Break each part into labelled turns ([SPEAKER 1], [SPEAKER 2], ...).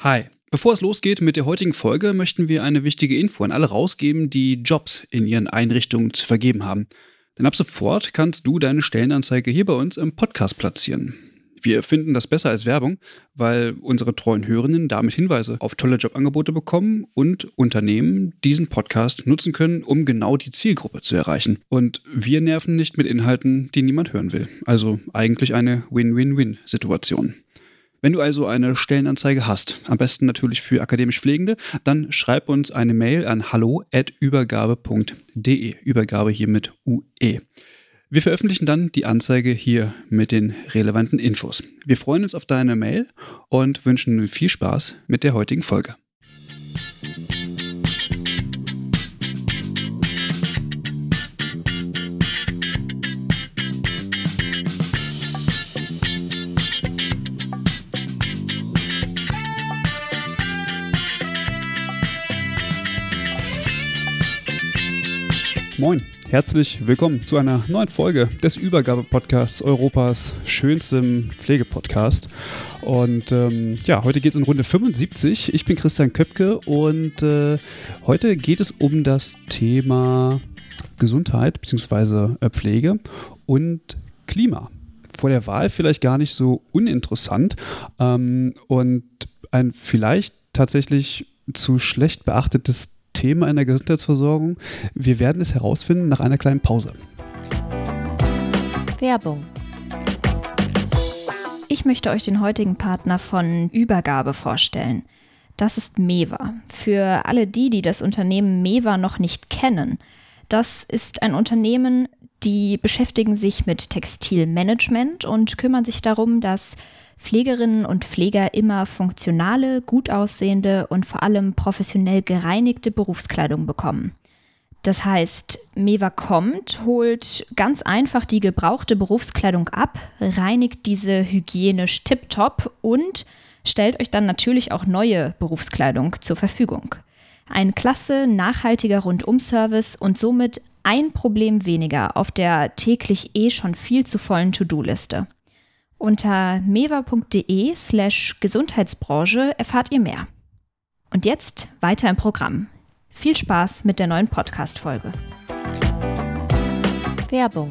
[SPEAKER 1] Hi. Bevor es losgeht mit der heutigen Folge, möchten wir eine wichtige Info an alle rausgeben, die Jobs in ihren Einrichtungen zu vergeben haben. Denn ab sofort kannst du deine Stellenanzeige hier bei uns im Podcast platzieren. Wir finden das besser als Werbung, weil unsere treuen Hörerinnen damit Hinweise auf tolle Jobangebote bekommen und Unternehmen diesen Podcast nutzen können, um genau die Zielgruppe zu erreichen. Und wir nerven nicht mit Inhalten, die niemand hören will. Also eigentlich eine Win-Win-Win-Situation. Wenn du also eine Stellenanzeige hast, am besten natürlich für akademisch Pflegende, dann schreib uns eine Mail an hallo@übergabe.de. Übergabe hier mit UE. Wir veröffentlichen dann die Anzeige hier mit den relevanten Infos. Wir freuen uns auf deine Mail und wünschen nun viel Spaß mit der heutigen Folge. Moin, herzlich willkommen zu einer neuen Folge des Übergabe-Podcasts, Europas schönstem Pflegepodcast. Und heute geht es in Runde 75. Ich bin Christian Köpke und heute geht es um das Thema Gesundheit bzw. Pflege und Klima. Vor der Wahl vielleicht gar nicht so uninteressant und ein vielleicht tatsächlich zu schlecht beachtetes Thema in der Gesundheitsversorgung. Wir werden es herausfinden nach einer kleinen Pause.
[SPEAKER 2] Werbung. Ich möchte euch den heutigen Partner von Übergabe vorstellen. Das ist Mewa. Für alle die das Unternehmen Mewa noch nicht kennen. Das ist ein Unternehmen, die beschäftigen sich mit Textilmanagement und kümmern sich darum, dass Pflegerinnen und Pfleger immer funktionale, gut aussehende und vor allem professionell gereinigte Berufskleidung bekommen. Das heißt, Mewa kommt, holt ganz einfach die gebrauchte Berufskleidung ab, reinigt diese hygienisch tipptopp und stellt euch dann natürlich auch neue Berufskleidung zur Verfügung. Ein klasse, nachhaltiger Rundum-Service und somit ein Problem weniger auf der täglich schon viel zu vollen To-Do-Liste. Unter mewa.de/Gesundheitsbranche erfahrt ihr mehr. Und jetzt weiter im Programm. Viel Spaß mit der neuen Podcast-Folge. Werbung.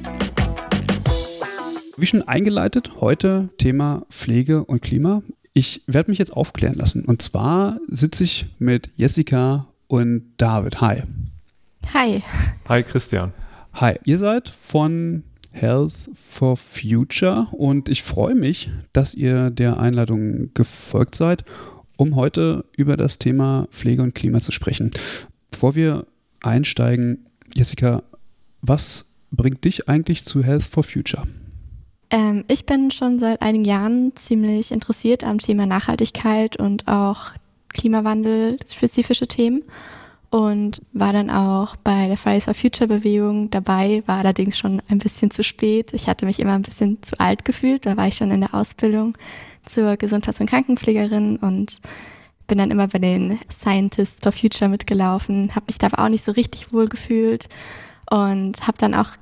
[SPEAKER 1] Wie schon eingeleitet, heute Thema Pflege und Klima. Ich werde mich jetzt aufklären lassen. Und zwar sitze ich mit Jessica und David. Hi.
[SPEAKER 3] Hi.
[SPEAKER 4] Hi Christian.
[SPEAKER 1] Hi. Ihr seid von Health for Future und ich freue mich, dass ihr der Einladung gefolgt seid, um heute über das Thema Pflege und Klima zu sprechen. Bevor wir einsteigen, Jessica, was bringt dich eigentlich zu Health for Future?
[SPEAKER 3] Ich bin schon seit einigen Jahren ziemlich interessiert am Thema Nachhaltigkeit und auch Klimawandel-spezifische Themen. Und war dann auch bei der Fridays for Future Bewegung dabei, war allerdings schon ein bisschen zu spät. Ich hatte mich immer ein bisschen zu alt gefühlt, da war ich schon in der Ausbildung zur Gesundheits- und Krankenpflegerin und bin dann immer bei den Scientists for Future mitgelaufen, habe mich da aber auch nicht so richtig wohl gefühlt und habe dann auch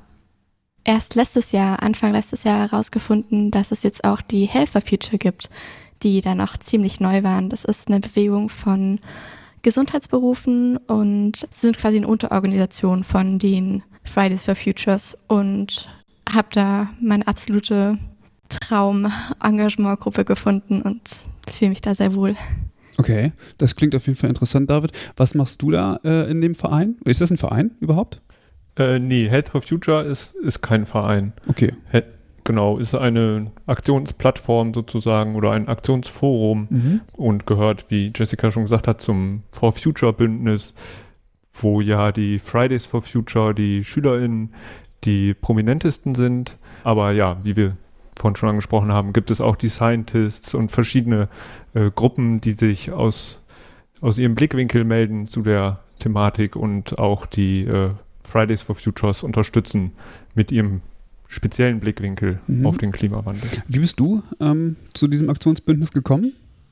[SPEAKER 3] Anfang letztes Jahr herausgefunden, dass es jetzt auch die Health for Future gibt, die dann auch ziemlich neu waren. Das ist eine Bewegung von Gesundheitsberufen und sind quasi eine Unterorganisation von den Fridays for Futures und habe da meine absolute Traum-Engagementgruppe gefunden und fühle mich da sehr wohl.
[SPEAKER 1] Okay, das klingt auf jeden Fall interessant, David. Was machst du da in dem Verein? Ist das ein Verein überhaupt?
[SPEAKER 4] Nee, Health for Future ist kein Verein.
[SPEAKER 1] Okay.
[SPEAKER 4] Genau, ist eine Aktionsplattform sozusagen oder ein Aktionsforum und gehört, wie Jessica schon gesagt hat, zum For Future Bündnis, wo ja die Fridays for Future, die SchülerInnen, die prominentesten sind. Aber ja, wie wir vorhin schon angesprochen haben, gibt es auch die Scientists und verschiedene Gruppen, die sich aus ihrem Blickwinkel melden zu der Thematik und auch die Fridays for Futures unterstützen mit ihrem speziellen Blickwinkel auf den Klimawandel.
[SPEAKER 1] Wie bist du zu diesem Aktionsbündnis gekommen?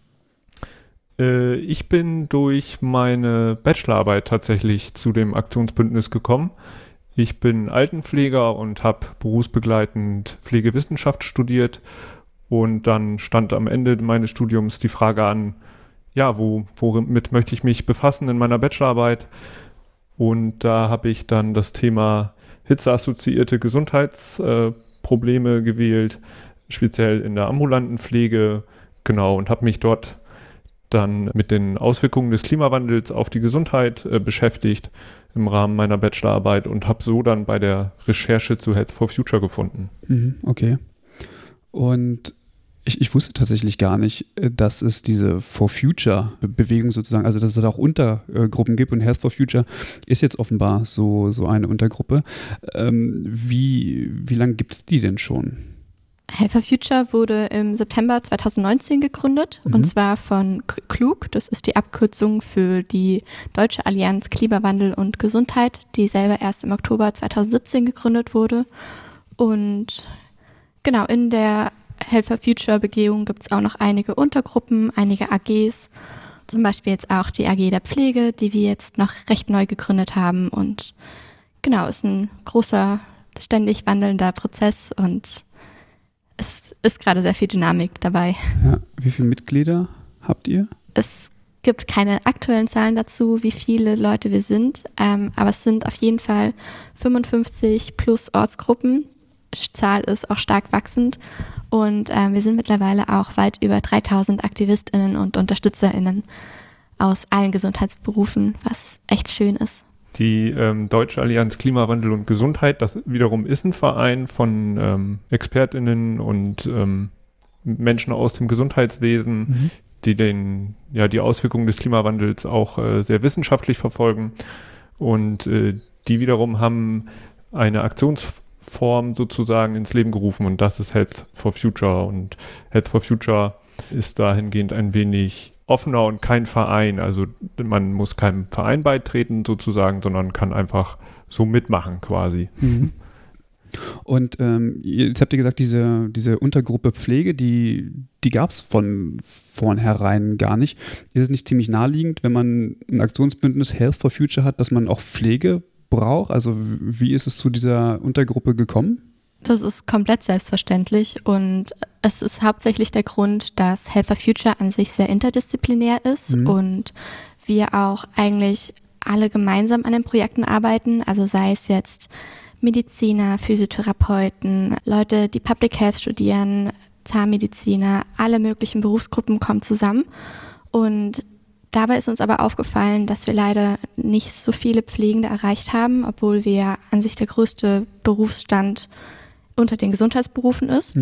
[SPEAKER 4] Ich bin durch meine Bachelorarbeit tatsächlich zu dem Aktionsbündnis gekommen. Ich bin Altenpfleger und habe berufsbegleitend Pflegewissenschaft studiert und dann stand am Ende meines Studiums die Frage an, womit möchte ich mich befassen in meiner Bachelorarbeit? Und da habe ich dann das Thema hitzeassoziierte Gesundheitsprobleme gewählt, speziell in der ambulanten Pflege, genau, und habe mich dort dann mit den Auswirkungen des Klimawandels auf die Gesundheit beschäftigt im Rahmen meiner Bachelorarbeit und habe so dann bei der Recherche zu Health for Future gefunden.
[SPEAKER 1] Okay. Und ich wusste tatsächlich gar nicht, dass es diese For Future-Bewegung sozusagen, also dass es da auch Untergruppen gibt und Health for Future ist jetzt offenbar so eine Untergruppe. Wie lange gibt es die denn schon?
[SPEAKER 3] Health for Future wurde im September 2019 gegründet und zwar von KLUG, das ist die Abkürzung für die Deutsche Allianz Klimawandel und Gesundheit, die selber erst im Oktober 2017 gegründet wurde. Und genau, in der Health for Future Begehung gibt es auch noch einige Untergruppen, einige AGs, zum Beispiel jetzt auch die AG der Pflege, die wir jetzt noch recht neu gegründet haben und genau, ist ein großer, ständig wandelnder Prozess und es ist gerade sehr viel Dynamik dabei.
[SPEAKER 1] Ja, wie viele Mitglieder habt ihr?
[SPEAKER 3] Es gibt keine aktuellen Zahlen dazu, wie viele Leute wir sind, aber es sind auf jeden Fall 55 plus Ortsgruppen. Zahl ist auch stark wachsend und wir sind mittlerweile auch weit über 3000 AktivistInnen und UnterstützerInnen aus allen Gesundheitsberufen, was echt schön ist.
[SPEAKER 4] Die Deutsche Allianz Klimawandel und Gesundheit, das wiederum ist ein Verein von ExpertInnen und Menschen aus dem Gesundheitswesen, die die Auswirkungen des Klimawandels auch sehr wissenschaftlich verfolgen. Und die wiederum haben eine Aktionsform sozusagen ins Leben gerufen und das ist Health for Future. Und Health for Future ist dahingehend ein wenig offener und kein Verein. Also man muss keinem Verein beitreten sozusagen, sondern kann einfach so mitmachen quasi.
[SPEAKER 1] Und jetzt habt ihr gesagt, diese Untergruppe Pflege, die gab es von vornherein gar nicht. Ist es nicht ziemlich naheliegend, wenn man ein Aktionsbündnis Health for Future hat, dass man auch Pflege braucht? Also wie ist es zu dieser Untergruppe gekommen?
[SPEAKER 3] Das ist komplett selbstverständlich und es ist hauptsächlich der Grund, dass Health for Future an sich sehr interdisziplinär ist und wir auch eigentlich alle gemeinsam an den Projekten arbeiten, also sei es jetzt Mediziner, Physiotherapeuten, Leute, die Public Health studieren, Zahnmediziner, alle möglichen Berufsgruppen kommen zusammen und dabei ist uns aber aufgefallen, dass wir leider nicht so viele Pflegende erreicht haben, obwohl wir an sich der größte Berufsstand unter den Gesundheitsberufen ist.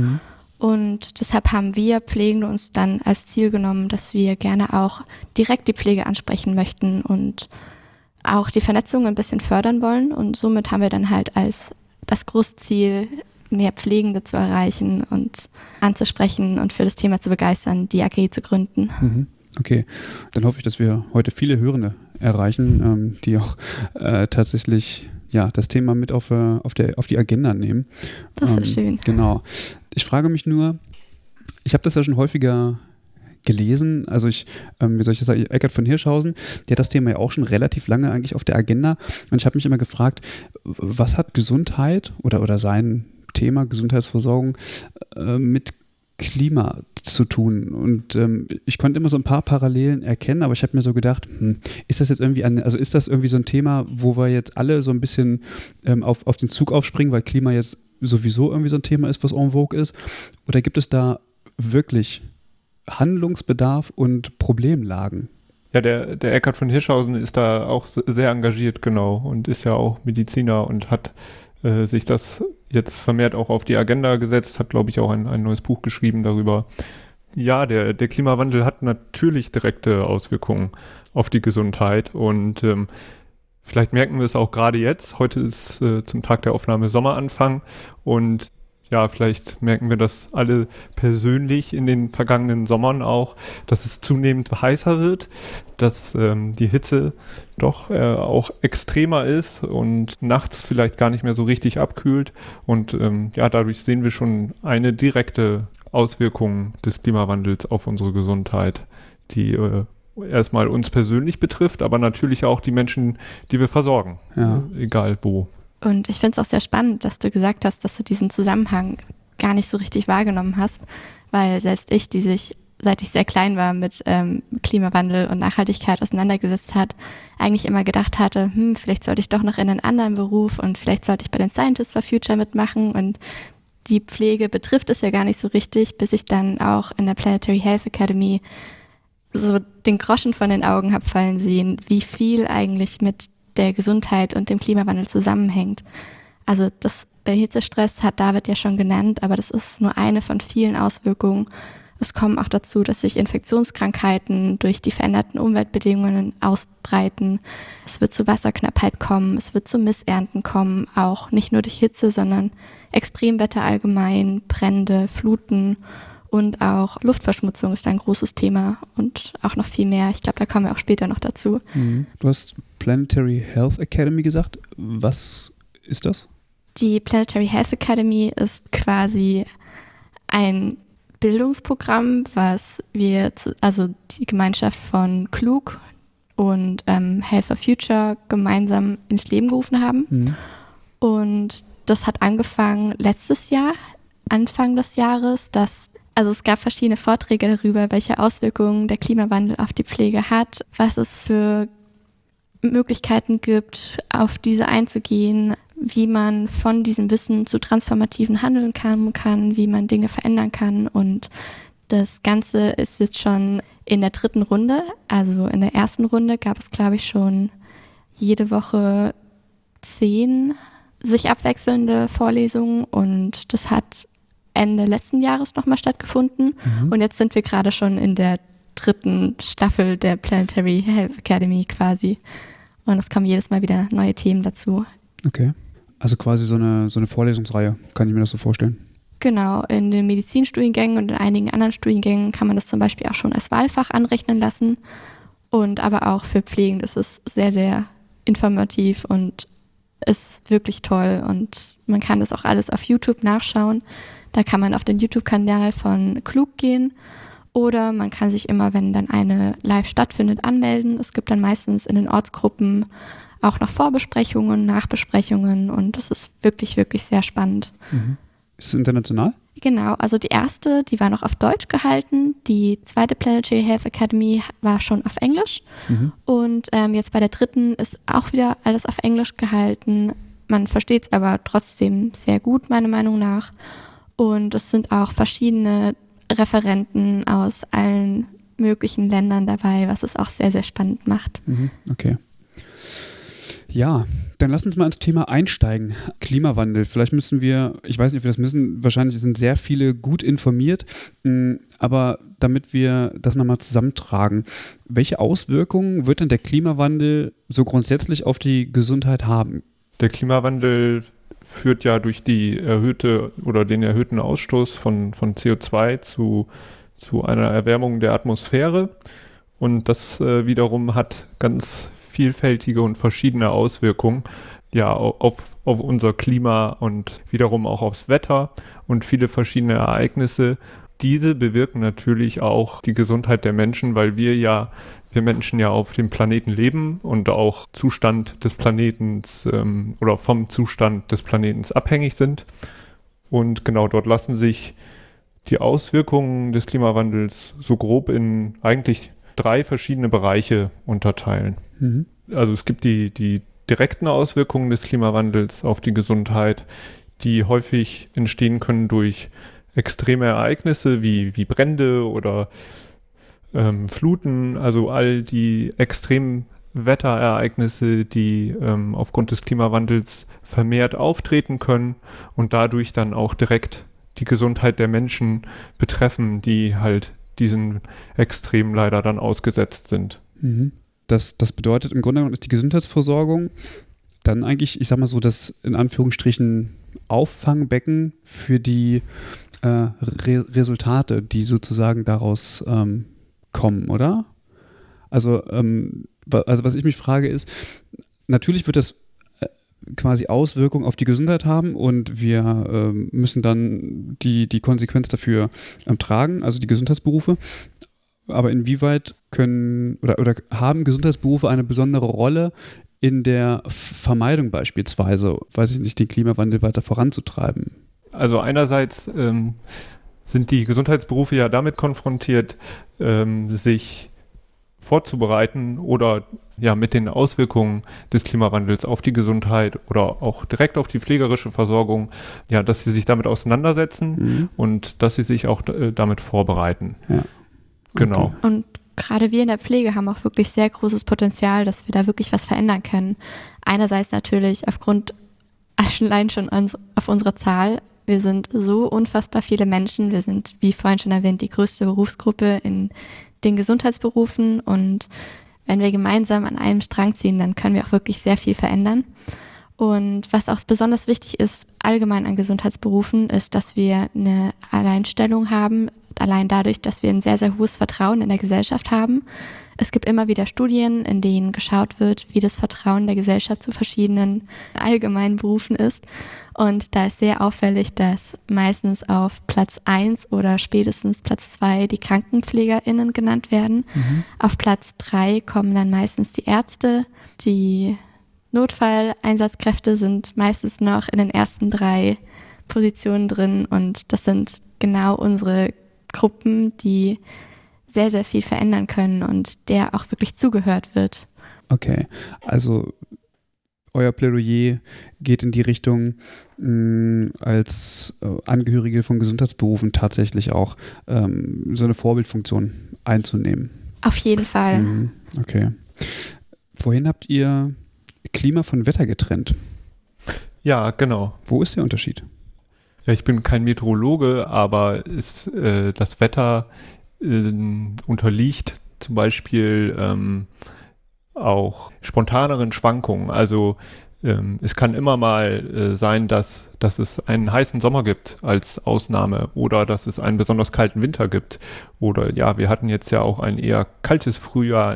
[SPEAKER 3] Und deshalb haben wir Pflegende uns dann als Ziel genommen, dass wir gerne auch direkt die Pflege ansprechen möchten und auch die Vernetzung ein bisschen fördern wollen. Und somit haben wir dann halt als das große Ziel, mehr Pflegende zu erreichen und anzusprechen und für das Thema zu begeistern, die AG zu gründen.
[SPEAKER 1] Okay, dann hoffe ich, dass wir heute viele Hörende erreichen, die auch tatsächlich das Thema mit auf die Agenda nehmen.
[SPEAKER 3] Das ist schön.
[SPEAKER 1] Genau. Ich frage mich nur, ich habe das ja schon häufiger gelesen, also wie soll ich das sagen, Eckart von Hirschhausen, der hat das Thema ja auch schon relativ lange eigentlich auf der Agenda und ich habe mich immer gefragt, was hat Gesundheit oder sein Thema Gesundheitsversorgung mit Klima zu tun und ich konnte immer so ein paar Parallelen erkennen, aber ich habe mir so gedacht, ist das jetzt irgendwie ist das irgendwie so ein Thema, wo wir jetzt alle so ein bisschen auf den Zug aufspringen, weil Klima jetzt sowieso irgendwie so ein Thema ist, was en vogue ist, oder gibt es da wirklich Handlungsbedarf und Problemlagen?
[SPEAKER 4] Ja, der Eckart von Hirschhausen ist da auch sehr engagiert, genau, und ist ja auch Mediziner und hat sich das jetzt vermehrt auch auf die Agenda gesetzt, hat, glaube ich, auch ein neues Buch geschrieben darüber. Ja, der Klimawandel hat natürlich direkte Auswirkungen auf die Gesundheit und vielleicht merken wir es auch gerade jetzt. Heute ist zum Tag der Aufnahme Sommeranfang und ja, vielleicht merken wir das alle persönlich in den vergangenen Sommern auch, dass es zunehmend heißer wird, dass die Hitze doch auch extremer ist und nachts vielleicht gar nicht mehr so richtig abkühlt. Und dadurch sehen wir schon eine direkte Auswirkung des Klimawandels auf unsere Gesundheit, die erstmal uns persönlich betrifft, aber natürlich auch die Menschen, die wir versorgen, egal wo.
[SPEAKER 3] Und ich finde es auch sehr spannend, dass du gesagt hast, dass du diesen Zusammenhang gar nicht so richtig wahrgenommen hast, weil selbst ich, die sich seit ich sehr klein war, mit Klimawandel und Nachhaltigkeit auseinandergesetzt hat, eigentlich immer gedacht hatte, vielleicht sollte ich doch noch in einen anderen Beruf und vielleicht sollte ich bei den Scientists for Future mitmachen und die Pflege betrifft es ja gar nicht so richtig, bis ich dann auch in der Planetary Health Academy so den Groschen von den Augen habe fallen sehen, wie viel eigentlich mit der Gesundheit und dem Klimawandel zusammenhängt. Also der Hitzestress hat David ja schon genannt, aber das ist nur eine von vielen Auswirkungen. Es kommen auch dazu, dass sich Infektionskrankheiten durch die veränderten Umweltbedingungen ausbreiten. Es wird zu Wasserknappheit kommen, es wird zu Missernten kommen, auch nicht nur durch Hitze, sondern Extremwetter allgemein, Brände, Fluten und auch Luftverschmutzung ist ein großes Thema und auch noch viel mehr. Ich glaube, da kommen wir auch später noch dazu.
[SPEAKER 1] Du hast Planetary Health Academy gesagt. Was ist das?
[SPEAKER 3] Die Planetary Health Academy ist quasi ein Bildungsprogramm, was also die Gemeinschaft von Klug und Health for Future gemeinsam ins Leben gerufen haben. Und das hat angefangen letztes Jahr, Anfang des Jahres. Also es gab verschiedene Vorträge darüber, welche Auswirkungen der Klimawandel auf die Pflege hat, was es für Möglichkeiten gibt, auf diese einzugehen, wie man von diesem Wissen zu transformativen Handeln kommen kann, wie man Dinge verändern kann. Und das Ganze ist jetzt schon in der 3. Runde. Also in der 1. Runde gab es, glaube ich, schon jede Woche 10 sich abwechselnde Vorlesungen und das hat Ende letzten Jahres nochmal stattgefunden. Und jetzt sind wir gerade schon in der 3. Staffel der Planetary Health Academy quasi. Und es kommen jedes Mal wieder neue Themen dazu.
[SPEAKER 1] Okay. Also quasi so eine Vorlesungsreihe, kann ich mir das so vorstellen?
[SPEAKER 3] Genau, in den Medizinstudiengängen und in einigen anderen Studiengängen kann man das zum Beispiel auch schon als Wahlfach anrechnen lassen. Und aber auch für Pflegende ist es sehr, sehr informativ und ist wirklich toll. Und man kann das auch alles auf YouTube nachschauen. Da kann man auf den YouTube-Kanal von Klug gehen. Oder man kann sich immer, wenn dann eine live stattfindet, anmelden. Es gibt dann meistens in den Ortsgruppen auch noch Vorbesprechungen, Nachbesprechungen und das ist wirklich, wirklich sehr spannend.
[SPEAKER 1] Ist es international?
[SPEAKER 3] Genau, also die erste, die war noch auf Deutsch gehalten, die 2. Planetary Health Academy war schon auf Englisch und jetzt bei der 3. ist auch wieder alles auf Englisch gehalten. Man versteht es aber trotzdem sehr gut, meiner Meinung nach. Und es sind auch verschiedene Referenten aus allen möglichen Ländern dabei, was es auch sehr, sehr spannend macht.
[SPEAKER 1] Okay. Ja, dann lass uns mal ins Thema einsteigen. Klimawandel. Vielleicht müssen wir, ich weiß nicht, ob wir das müssen, wahrscheinlich sind sehr viele gut informiert, aber damit wir das nochmal zusammentragen, welche Auswirkungen wird denn der Klimawandel so grundsätzlich auf die Gesundheit haben?
[SPEAKER 4] Der Klimawandel führt ja durch den erhöhten Ausstoß von CO2 zu einer Erwärmung der Atmosphäre und das wiederum hat ganz vielfältige und verschiedene Auswirkungen auf unser Klima und wiederum auch aufs Wetter und viele verschiedene Ereignisse. Diese bewirken natürlich auch die Gesundheit der Menschen, weil wir Menschen ja auf dem Planeten leben und auch Zustand des Planetens oder vom Zustand des Planetens abhängig sind. Und genau dort lassen sich die Auswirkungen des Klimawandels so grob in eigentlich 3 verschiedene Bereiche unterteilen. Also es gibt die direkten Auswirkungen des Klimawandels auf die Gesundheit, die häufig entstehen können durch extreme Ereignisse wie Brände oder Fluten, also all die extremen Wetterereignisse, die aufgrund des Klimawandels vermehrt auftreten können und dadurch dann auch direkt die Gesundheit der Menschen betreffen, die halt diesen Extremen leider dann ausgesetzt sind. Das bedeutet, im Grunde genommen ist die Gesundheitsversorgung dann eigentlich, ich sag mal so, das in Anführungsstrichen Auffangbecken für die Resultate, die sozusagen daraus kommen, oder? Also was ich mich frage ist, natürlich wird das quasi Auswirkungen auf die Gesundheit haben und wir müssen dann die Konsequenz dafür tragen, also die Gesundheitsberufe. Aber inwieweit können oder haben Gesundheitsberufe eine besondere Rolle in der Vermeidung beispielsweise, weiß ich nicht, den Klimawandel weiter voranzutreiben? Also einerseits sind die Gesundheitsberufe ja damit konfrontiert, sich vorzubereiten oder ja mit den Auswirkungen des Klimawandels auf die Gesundheit oder auch direkt auf die pflegerische Versorgung, ja, dass sie sich damit auseinandersetzen und dass sie sich auch damit vorbereiten.
[SPEAKER 1] Ja.
[SPEAKER 4] Genau.
[SPEAKER 1] Okay.
[SPEAKER 3] Und gerade wir in der Pflege haben auch wirklich sehr großes Potenzial, dass wir da wirklich was verändern können. Einerseits natürlich allein schon auf unserer Zahl. Wir sind so unfassbar viele Menschen. Wir sind, wie vorhin schon erwähnt, die größte Berufsgruppe in den Gesundheitsberufen. Und wenn wir gemeinsam an einem Strang ziehen, dann können wir auch wirklich sehr viel verändern. Und was auch besonders wichtig ist, allgemein an Gesundheitsberufen, ist, dass wir eine Alleinstellung haben, allein dadurch, dass wir ein sehr, sehr hohes Vertrauen in der Gesellschaft haben. Es gibt immer wieder Studien, in denen geschaut wird, wie das Vertrauen der Gesellschaft zu verschiedenen allgemeinen Berufen ist. Und da ist sehr auffällig, dass meistens auf Platz 1 oder spätestens Platz 2 die KrankenpflegerInnen genannt werden. Auf Platz 3 kommen dann meistens die Ärzte. Die Notfalleinsatzkräfte sind meistens noch in den ersten 3 Positionen drin. Und das sind genau unsere Gruppen, die sehr, sehr viel verändern können und der auch wirklich zugehört wird.
[SPEAKER 1] Okay, also euer Plädoyer geht in die Richtung, als Angehörige von Gesundheitsberufen tatsächlich auch so eine Vorbildfunktion einzunehmen.
[SPEAKER 3] Auf jeden Fall.
[SPEAKER 1] Okay. Vorhin habt ihr Klima von Wetter getrennt.
[SPEAKER 4] Ja, genau.
[SPEAKER 1] Wo ist der Unterschied?
[SPEAKER 4] Ja, ich bin kein Meteorologe, aber das Wetter unterliegt zum Beispiel auch spontaneren Schwankungen. Also es kann immer mal sein, dass es einen heißen Sommer gibt als Ausnahme oder dass es einen besonders kalten Winter gibt. Oder ja, wir hatten jetzt ja auch ein eher kaltes Frühjahr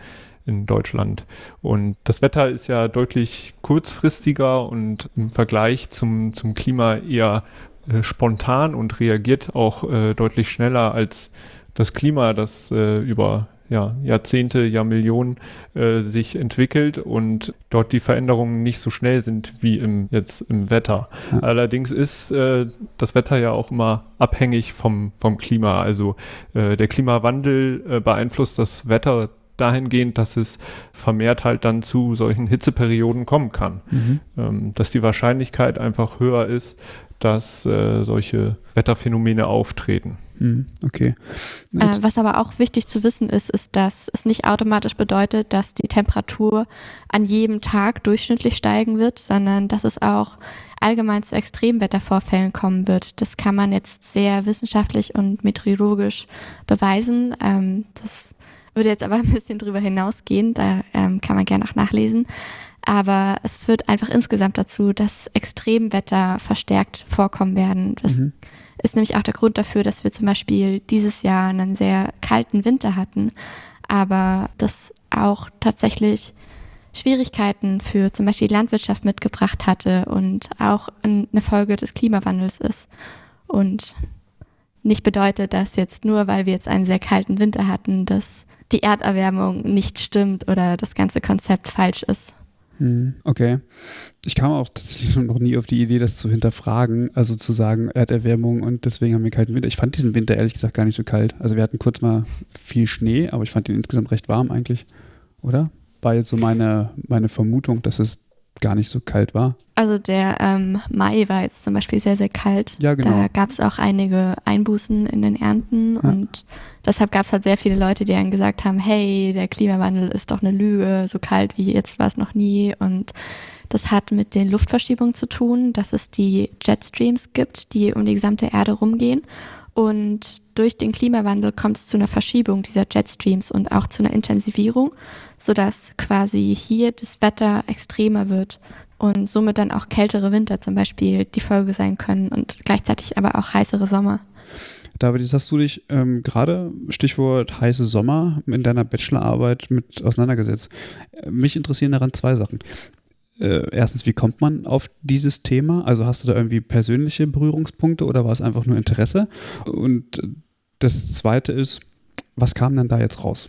[SPEAKER 4] in Deutschland. Und das Wetter ist ja deutlich kurzfristiger und im Vergleich zum Klima eher spontan und reagiert auch deutlich schneller als das Klima, das über Jahrzehnte, Jahrmillionen sich entwickelt und dort die Veränderungen nicht so schnell sind wie im Wetter. Ja. Allerdings ist das Wetter ja auch immer abhängig vom Klima. Also der Klimawandel beeinflusst das Wetter dahingehend, dass es vermehrt halt dann zu solchen Hitzeperioden kommen kann. Dass die Wahrscheinlichkeit einfach höher ist, dass solche Wetterphänomene auftreten.
[SPEAKER 1] Okay.
[SPEAKER 3] Was aber auch wichtig zu wissen ist, dass es nicht automatisch bedeutet, dass die Temperatur an jedem Tag durchschnittlich steigen wird, sondern dass es auch allgemein zu Extremwettervorfällen kommen wird. Das kann man jetzt sehr wissenschaftlich und meteorologisch beweisen. Das würde jetzt aber ein bisschen drüber hinausgehen, da kann man gerne auch nachlesen. Aber es führt einfach insgesamt dazu, dass Extremwetter verstärkt vorkommen werden. Das ist nämlich auch der Grund dafür, dass wir zum Beispiel dieses Jahr einen sehr kalten Winter hatten, aber das auch tatsächlich Schwierigkeiten für zum Beispiel die Landwirtschaft mitgebracht hatte und auch eine Folge des Klimawandels ist. Und nicht bedeutet, dass jetzt nur, weil wir jetzt einen sehr kalten Winter hatten, dass die Erderwärmung nicht stimmt oder das ganze Konzept falsch ist.
[SPEAKER 1] Okay. Ich kam auch tatsächlich noch nie auf die Idee, das zu hinterfragen, also zu sagen Erderwärmung und deswegen haben wir kalten Winter. Ich fand diesen Winter ehrlich gesagt gar nicht so kalt. Also wir hatten kurz mal viel Schnee, aber ich fand ihn insgesamt recht warm eigentlich, oder? War jetzt so meine Vermutung, dass es gar nicht so kalt war.
[SPEAKER 3] Also der Mai war jetzt zum Beispiel sehr, sehr kalt.
[SPEAKER 1] Ja, genau.
[SPEAKER 3] Da gab es auch einige Einbußen in den Ernten und deshalb gab es halt sehr viele Leute, die dann gesagt haben, hey, der Klimawandel ist doch eine Lüge, so kalt wie jetzt war es noch nie. Und das hat mit den Luftverschiebungen zu tun, dass es die Jetstreams gibt, die um die gesamte Erde rumgehen. Und durch den Klimawandel kommt es zu einer Verschiebung dieser Jetstreams und auch zu einer Intensivierung, sodass quasi hier das Wetter extremer wird und somit dann auch kältere Winter zum Beispiel die Folge sein können und gleichzeitig aber auch heißere Sommer.
[SPEAKER 1] David, jetzt hast du dich gerade, Stichwort heiße Sommer, in deiner Bachelorarbeit mit auseinandergesetzt. Mich interessieren daran 2 Sachen. Erstens, wie kommt man auf dieses Thema? Also hast du da irgendwie persönliche Berührungspunkte oder war es einfach nur Interesse? Und das Zweite ist, was kam denn da jetzt raus?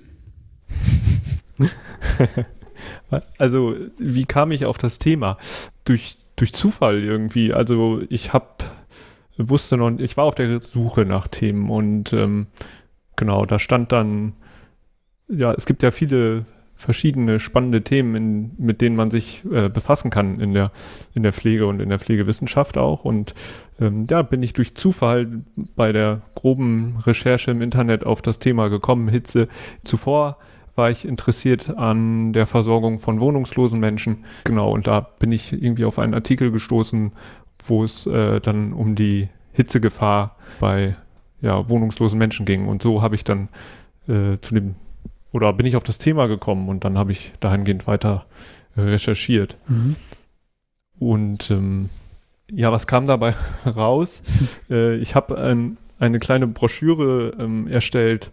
[SPEAKER 4] Also, wie kam ich auf das Thema? Durch Zufall irgendwie. Also, ich habe wusste noch, ich war auf der Suche nach Themen und genau, da stand dann, ja, es gibt ja viele verschiedene spannende Themen, mit denen man sich befassen kann in der Pflege und in der Pflegewissenschaft auch. Und bin ich durch Zufall bei der groben Recherche im Internet auf das Thema gekommen, Hitze. Zuvor war ich interessiert an der Versorgung von wohnungslosen Menschen. Genau, und da bin ich irgendwie auf einen Artikel gestoßen, wo es dann um die Hitzegefahr bei wohnungslosen Menschen ging. Und so habe ich dann bin ich auf das Thema gekommen und dann habe ich dahingehend weiter recherchiert. Mhm. Und was kam dabei raus? Ich habe eine kleine Broschüre erstellt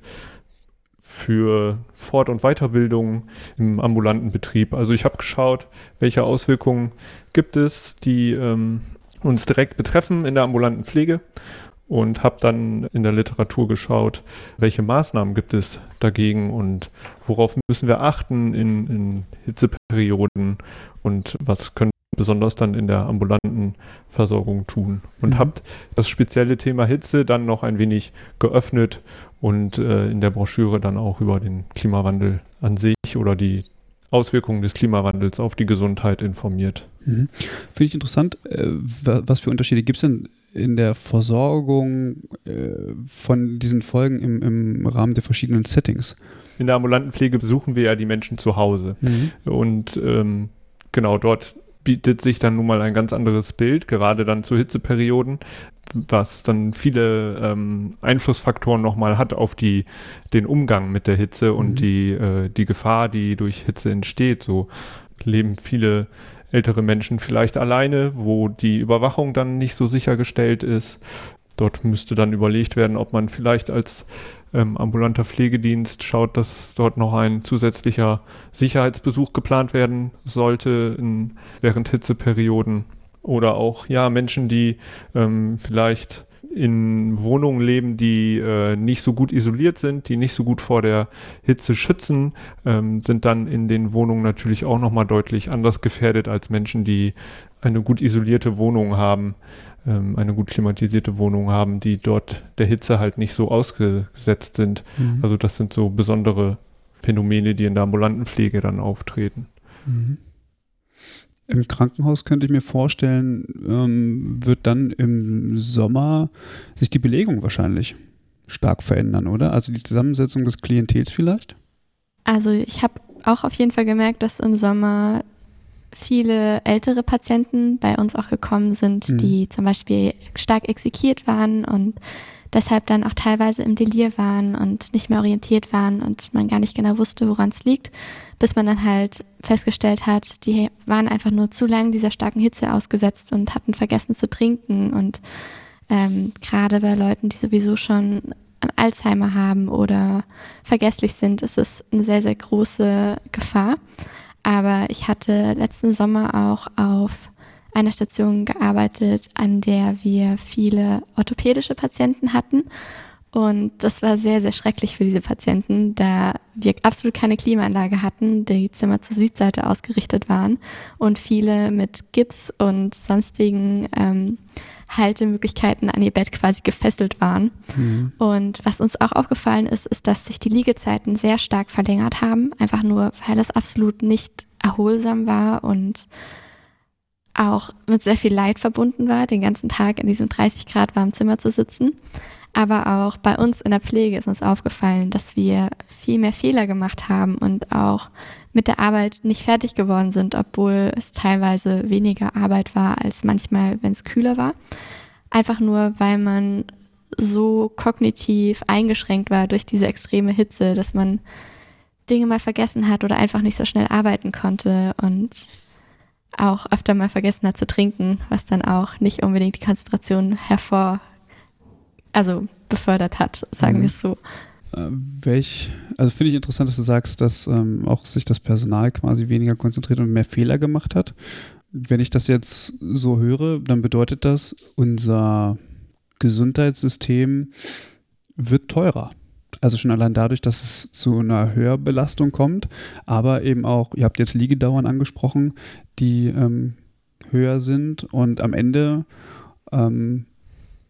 [SPEAKER 4] für Fort- und Weiterbildung im ambulanten Betrieb. Also ich habe geschaut, welche Auswirkungen gibt es, die uns direkt betreffen in der ambulanten Pflege und habe dann in der Literatur geschaut, welche Maßnahmen gibt es dagegen und worauf müssen wir achten in Hitzeperioden und was können wir besonders dann in der ambulanten Versorgung tun. Und habe das spezielle Thema Hitze dann noch ein wenig geöffnet und in der Broschüre dann auch über den Klimawandel an sich oder die Auswirkungen des Klimawandels auf die Gesundheit informiert.
[SPEAKER 1] Mhm. Finde ich interessant. Was für Unterschiede gibt es denn in der Versorgung von diesen Folgen im Rahmen der verschiedenen Settings?
[SPEAKER 4] In der ambulanten Pflege besuchen wir ja die Menschen zu Hause. Mhm. Und dort bietet sich dann nun mal ein ganz anderes Bild, gerade dann zu Hitzeperioden, was dann viele Einflussfaktoren nochmal hat auf den Umgang mit der Hitze und die Gefahr, die durch Hitze entsteht. So leben viele ältere Menschen vielleicht alleine, wo die Überwachung dann nicht so sichergestellt ist. Dort müsste dann überlegt werden, ob man vielleicht als ambulanter Pflegedienst schaut, dass dort noch ein zusätzlicher Sicherheitsbesuch geplant werden sollte während Hitzeperioden. Oder auch Menschen, die vielleicht in Wohnungen leben, die nicht so gut isoliert sind, die nicht so gut vor der Hitze schützen, sind dann in den Wohnungen natürlich auch nochmal deutlich anders gefährdet als Menschen, die eine gut isolierte Wohnung haben, eine gut klimatisierte Wohnung haben, die dort der Hitze halt nicht so ausgesetzt sind. Mhm. Also das sind so besondere Phänomene, die in der ambulanten Pflege dann auftreten.
[SPEAKER 1] Mhm. Im Krankenhaus könnte ich mir vorstellen, wird dann im Sommer sich die Belegung wahrscheinlich stark verändern, oder? Also die Zusammensetzung des Klientels vielleicht?
[SPEAKER 3] Also ich habe auch auf jeden Fall gemerkt, dass im Sommer viele ältere Patienten bei uns auch gekommen sind, die zum Beispiel stark exekiert waren und deshalb dann auch teilweise im Delir waren und nicht mehr orientiert waren und man gar nicht genau wusste, woran es liegt, bis man dann halt festgestellt hat, die waren einfach nur zu lang dieser starken Hitze ausgesetzt und hatten vergessen zu trinken. Und gerade bei Leuten, die sowieso schon an Alzheimer haben oder vergesslich sind, ist es eine sehr, sehr große Gefahr. Aber ich hatte letzten Sommer auch auf einer Station gearbeitet, an der wir viele orthopädische Patienten hatten. Und das war sehr, sehr schrecklich für diese Patienten, da wir absolut keine Klimaanlage hatten, die Zimmer zur Südseite ausgerichtet waren und viele mit Gips und sonstigen Haltemöglichkeiten an ihr Bett quasi gefesselt waren. Mhm. Und was uns auch aufgefallen ist, dass sich die Liegezeiten sehr stark verlängert haben, einfach nur, weil es absolut nicht erholsam war und auch mit sehr viel Leid verbunden war, den ganzen Tag in diesem 30 Grad warmen Zimmer zu sitzen. Aber auch bei uns in der Pflege ist uns aufgefallen, dass wir viel mehr Fehler gemacht haben und auch mit der Arbeit nicht fertig geworden sind, obwohl es teilweise weniger Arbeit war als manchmal, wenn es kühler war. Einfach nur, weil man so kognitiv eingeschränkt war durch diese extreme Hitze, dass man Dinge mal vergessen hat oder einfach nicht so schnell arbeiten konnte und auch öfter mal vergessen hat zu trinken, was dann auch nicht unbedingt die Konzentration befördert hat, sagen wir es so.
[SPEAKER 1] Also finde ich interessant, dass du sagst, dass auch sich das Personal quasi weniger konzentriert und mehr Fehler gemacht hat. Wenn ich das jetzt so höre, dann bedeutet das, unser Gesundheitssystem wird teurer. Also schon allein dadurch, dass es zu einer Höherbelastung kommt, aber eben auch, ihr habt jetzt Liegedauern angesprochen, die höher sind und am Ende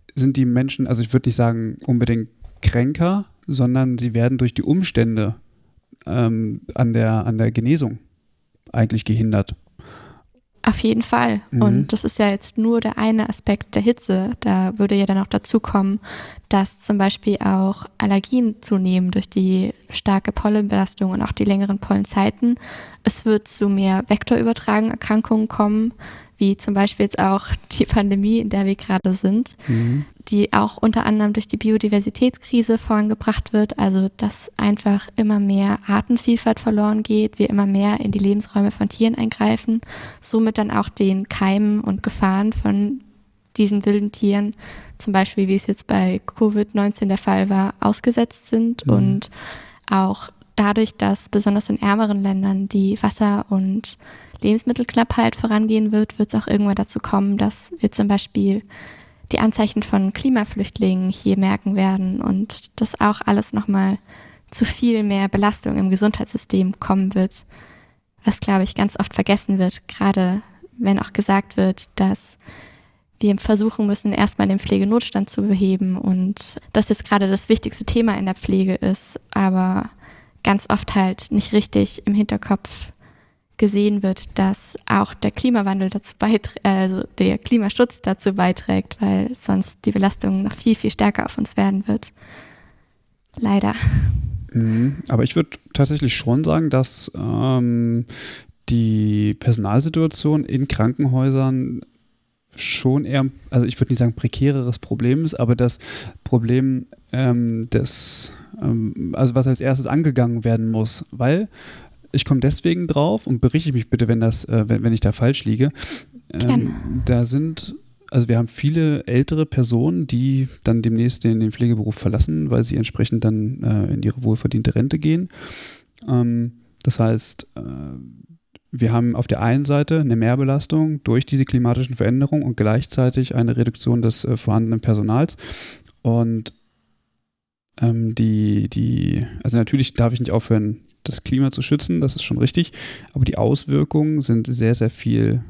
[SPEAKER 1] sind die Menschen, also ich würde nicht sagen unbedingt kränker, sondern sie werden durch die Umstände an der Genesung eigentlich gehindert.
[SPEAKER 3] Auf jeden Fall. Und das ist ja jetzt nur der eine Aspekt der Hitze. Da würde ja dann auch dazu kommen, dass zum Beispiel auch Allergien zunehmen durch die starke Pollenbelastung und auch die längeren Pollenzeiten. Es wird zu mehr vektorübertragenen Erkrankungen kommen, wie zum Beispiel jetzt auch die Pandemie, in der wir gerade sind, die auch unter anderem durch die Biodiversitätskrise vorangebracht wird, also dass einfach immer mehr Artenvielfalt verloren geht, wir immer mehr in die Lebensräume von Tieren eingreifen, somit dann auch den Keimen und Gefahren von diesen wilden Tieren, zum Beispiel wie es jetzt bei Covid-19 der Fall war, ausgesetzt sind und auch dadurch, dass besonders in ärmeren Ländern die Wasser- und Lebensmittelknappheit vorangehen wird, wird es auch irgendwann dazu kommen, dass wir zum Beispiel die Anzeichen von Klimaflüchtlingen hier merken werden und dass auch alles nochmal zu viel mehr Belastung im Gesundheitssystem kommen wird, was, glaube ich, ganz oft vergessen wird, gerade wenn auch gesagt wird, dass wir versuchen müssen, erstmal den Pflegenotstand zu beheben und das jetzt gerade das wichtigste Thema in der Pflege ist, aber ganz oft halt nicht richtig im Hinterkopf gesehen wird, dass auch der Klimawandel dazu beiträgt, also der Klimaschutz dazu beiträgt, weil sonst die Belastung noch viel, viel stärker auf uns werden wird. Leider.
[SPEAKER 1] Aber ich würde tatsächlich schon sagen, dass die Personalsituation in Krankenhäusern schon eher, also ich würde nicht sagen prekäreres Problem ist, aber das Problem also was als erstes angegangen werden muss, weil ich komme deswegen drauf und berichte mich bitte, wenn ich da falsch liege. Also wir haben viele ältere Personen, die dann demnächst den Pflegeberuf verlassen, weil sie entsprechend dann in ihre wohlverdiente Rente gehen. Das heißt, wir haben auf der einen Seite eine Mehrbelastung durch diese klimatischen Veränderungen und gleichzeitig eine Reduktion des vorhandenen Personals. Und also natürlich darf ich nicht aufhören, das Klima zu schützen, das ist schon richtig, aber die Auswirkungen sind sehr, sehr viel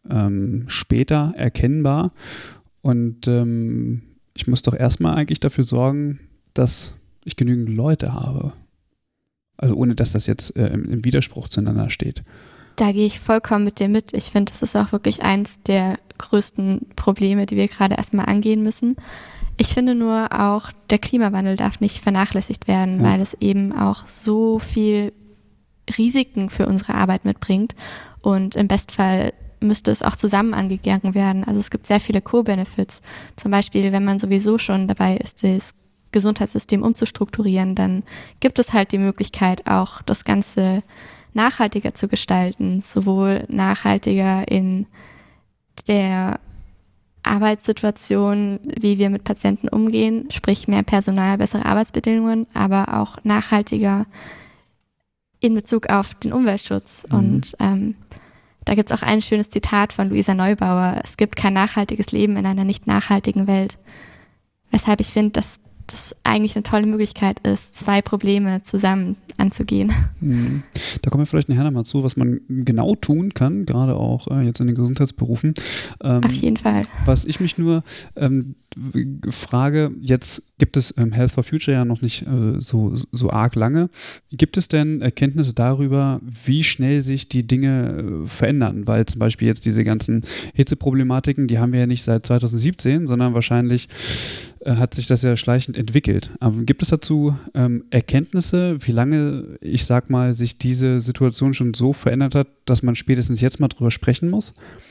[SPEAKER 1] später erkennbar und ich muss doch erstmal eigentlich dafür sorgen, dass ich genügend Leute habe. Also ohne, dass das jetzt im Widerspruch zueinander steht.
[SPEAKER 3] Da gehe ich vollkommen mit dir mit. Ich finde, das ist auch wirklich eins der größten Probleme, die wir gerade erstmal angehen müssen. Ich finde nur auch, der Klimawandel darf nicht vernachlässigt werden, weil es eben auch so viel Risiken für unsere Arbeit mitbringt und im Bestfall müsste es auch zusammen angegangen werden. Also es gibt sehr viele Co-Benefits. Zum Beispiel, wenn man sowieso schon dabei ist, das Gesundheitssystem umzustrukturieren, dann gibt es halt die Möglichkeit, auch das Ganze nachhaltiger zu gestalten, sowohl nachhaltiger in der Arbeitssituation, wie wir mit Patienten umgehen, sprich mehr Personal, bessere Arbeitsbedingungen, aber auch nachhaltiger in Bezug auf den Umweltschutz. Und da gibt es auch ein schönes Zitat von Luisa Neubauer: Es gibt kein nachhaltiges Leben in einer nicht nachhaltigen Welt. Weshalb ich finde, dass das eigentlich eine tolle Möglichkeit ist, zwei Probleme zusammen anzugehen.
[SPEAKER 1] Da kommen wir vielleicht nachher nochmal zu, was man genau tun kann, gerade auch jetzt in den Gesundheitsberufen.
[SPEAKER 3] Auf jeden Fall.
[SPEAKER 1] Was ich mich nur frage, jetzt gibt es Health for Future ja noch nicht so arg lange. Gibt es denn Erkenntnisse darüber, wie schnell sich die Dinge verändern? Weil zum Beispiel jetzt diese ganzen Hitzeproblematiken, die haben wir ja nicht seit 2017, sondern wahrscheinlich hat sich das ja schleichend entwickelt. Aber gibt es dazu Erkenntnisse, wie lange, ich sag mal, sich diese Situation schon so verändert hat, dass man spätestens jetzt mal drüber sprechen muss?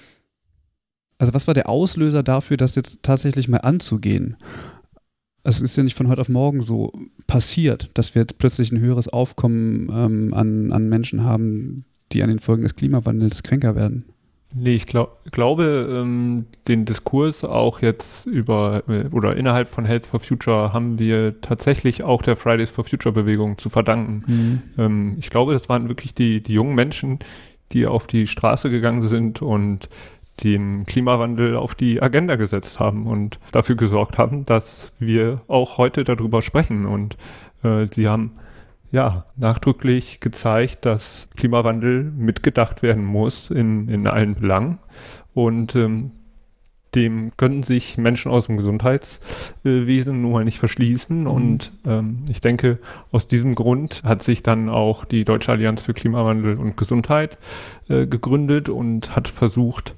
[SPEAKER 1] Also was war der Auslöser dafür, das jetzt tatsächlich mal anzugehen? Es ist ja nicht von heute auf morgen so passiert, dass wir jetzt plötzlich ein höheres Aufkommen an Menschen haben, die an den Folgen des Klimawandels kränker werden.
[SPEAKER 4] Nee, ich glaube, den Diskurs auch jetzt oder innerhalb von Health for Future haben wir tatsächlich auch der Fridays for Future Bewegung zu verdanken. Ich glaube, das waren wirklich die jungen Menschen, die auf die Straße gegangen sind und den Klimawandel auf die Agenda gesetzt haben und dafür gesorgt haben, dass wir auch heute darüber sprechen. Und sie haben nachdrücklich gezeigt, dass Klimawandel mitgedacht werden muss in allen Belangen. Und dem können sich Menschen aus dem Gesundheitswesen nun mal nicht verschließen. Und ich denke, aus diesem Grund hat sich dann auch die Deutsche Allianz für Klimawandel und Gesundheit gegründet und hat versucht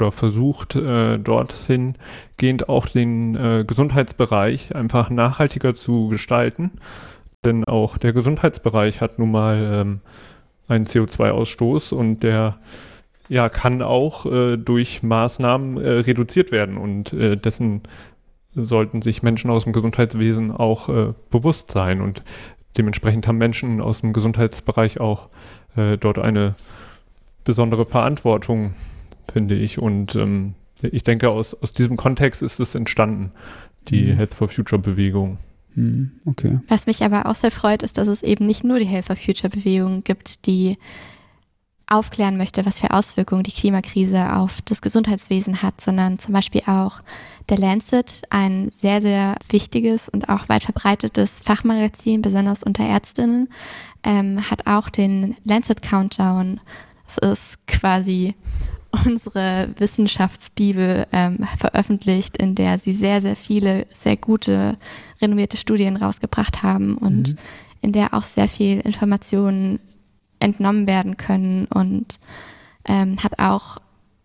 [SPEAKER 4] dorthin gehend auch den Gesundheitsbereich einfach nachhaltiger zu gestalten. Denn auch der Gesundheitsbereich hat nun mal einen CO2-Ausstoß und der kann auch durch Maßnahmen reduziert werden. Und dessen sollten sich Menschen aus dem Gesundheitswesen auch bewusst sein. Und dementsprechend haben Menschen aus dem Gesundheitsbereich auch dort eine besondere Verantwortung, finde ich. Und ich denke, aus diesem Kontext ist es entstanden, die Health for Future Bewegung.
[SPEAKER 1] Okay.
[SPEAKER 3] Was mich aber auch sehr freut, ist, dass es eben nicht nur die Health for Future Bewegung gibt, die aufklären möchte, was für Auswirkungen die Klimakrise auf das Gesundheitswesen hat, sondern zum Beispiel auch der Lancet, ein sehr, sehr wichtiges und auch weit verbreitetes Fachmagazin, besonders unter Ärztinnen, hat auch den Lancet Countdown. Das ist quasi unsere Wissenschaftsbibel veröffentlicht, in der sie sehr, sehr viele, sehr gute, renommierte Studien rausgebracht haben und in der auch sehr viel Informationen entnommen werden können und hat auch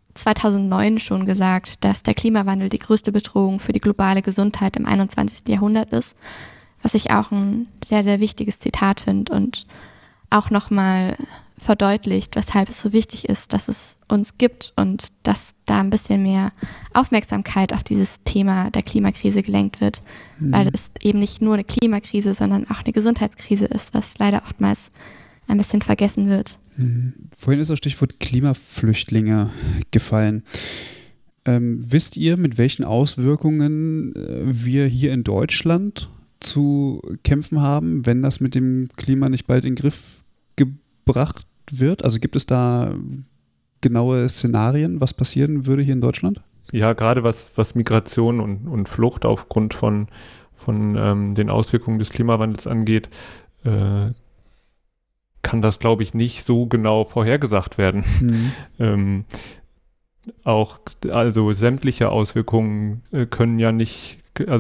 [SPEAKER 3] 2009 schon gesagt, dass der Klimawandel die größte Bedrohung für die globale Gesundheit im 21. Jahrhundert ist, was ich auch ein sehr, sehr wichtiges Zitat finde und auch nochmal verdeutlicht, weshalb es so wichtig ist, dass es uns gibt und dass da ein bisschen mehr Aufmerksamkeit auf dieses Thema der Klimakrise gelenkt wird, weil es eben nicht nur eine Klimakrise, sondern auch eine Gesundheitskrise ist, was leider oftmals ein bisschen vergessen wird.
[SPEAKER 1] Vorhin ist das Stichwort Klimaflüchtlinge gefallen. Wisst ihr, mit welchen Auswirkungen wir hier in Deutschland zu kämpfen haben, wenn das mit dem Klima nicht bald in den Griff gebracht wird? Also gibt es da genaue Szenarien, was passieren würde hier in Deutschland?
[SPEAKER 4] Ja, gerade was Migration und Flucht aufgrund von den Auswirkungen des Klimawandels angeht, kann das, glaube ich, nicht so genau vorhergesagt werden. Also sämtliche Auswirkungen können ja nicht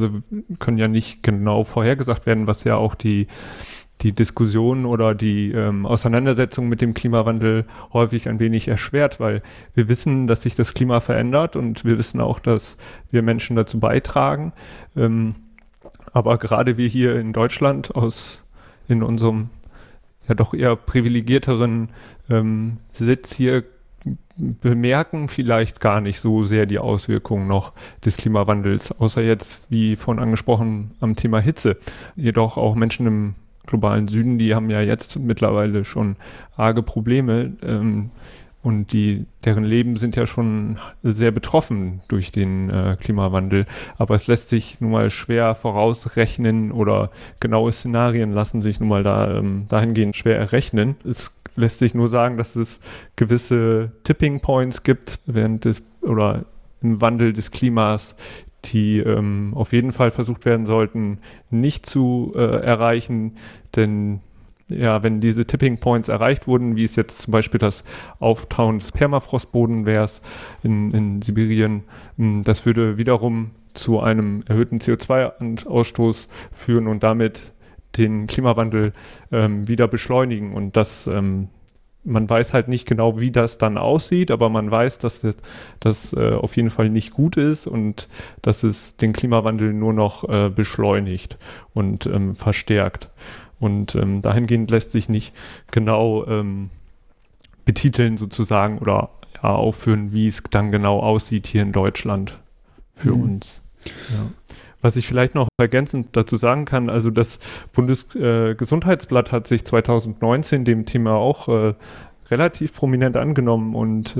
[SPEAKER 4] genau vorhergesagt werden, was ja auch die Diskussion oder die Auseinandersetzung mit dem Klimawandel häufig ein wenig erschwert, weil wir wissen, dass sich das Klima verändert und wir wissen auch, dass wir Menschen dazu beitragen. Aber gerade wir hier in Deutschland in unserem ja doch eher privilegierteren Sitz hier bemerken vielleicht gar nicht so sehr die Auswirkungen noch des Klimawandels, außer jetzt, wie vorhin angesprochen, am Thema Hitze. Jedoch auch Menschen im globalen Süden, die haben ja jetzt mittlerweile schon arge Probleme und deren Leben sind ja schon sehr betroffen durch den Klimawandel. Aber es lässt sich nun mal schwer vorausrechnen oder genaue Szenarien lassen sich nun mal dahingehend schwer errechnen. Es lässt sich nur sagen, dass es gewisse Tipping Points gibt im Wandel des Klimas, die auf jeden Fall versucht werden sollten, nicht zu erreichen, denn ja, wenn diese Tipping Points erreicht wurden, wie es jetzt zum Beispiel das Auftauen des Permafrostboden wäre in Sibirien, das würde wiederum zu einem erhöhten CO2-Ausstoß führen und damit den Klimawandel wieder beschleunigen. Und das man weiß halt nicht genau, wie das dann aussieht, aber man weiß, dass das auf jeden Fall nicht gut ist und dass es den Klimawandel nur noch beschleunigt und verstärkt. Und dahingehend lässt sich nicht genau betiteln sozusagen oder aufführen, wie es dann genau aussieht hier in Deutschland für uns. Ja. Was ich vielleicht noch ergänzend dazu sagen kann, also das Bundesgesundheitsblatt hat sich 2019 dem Thema auch relativ prominent angenommen und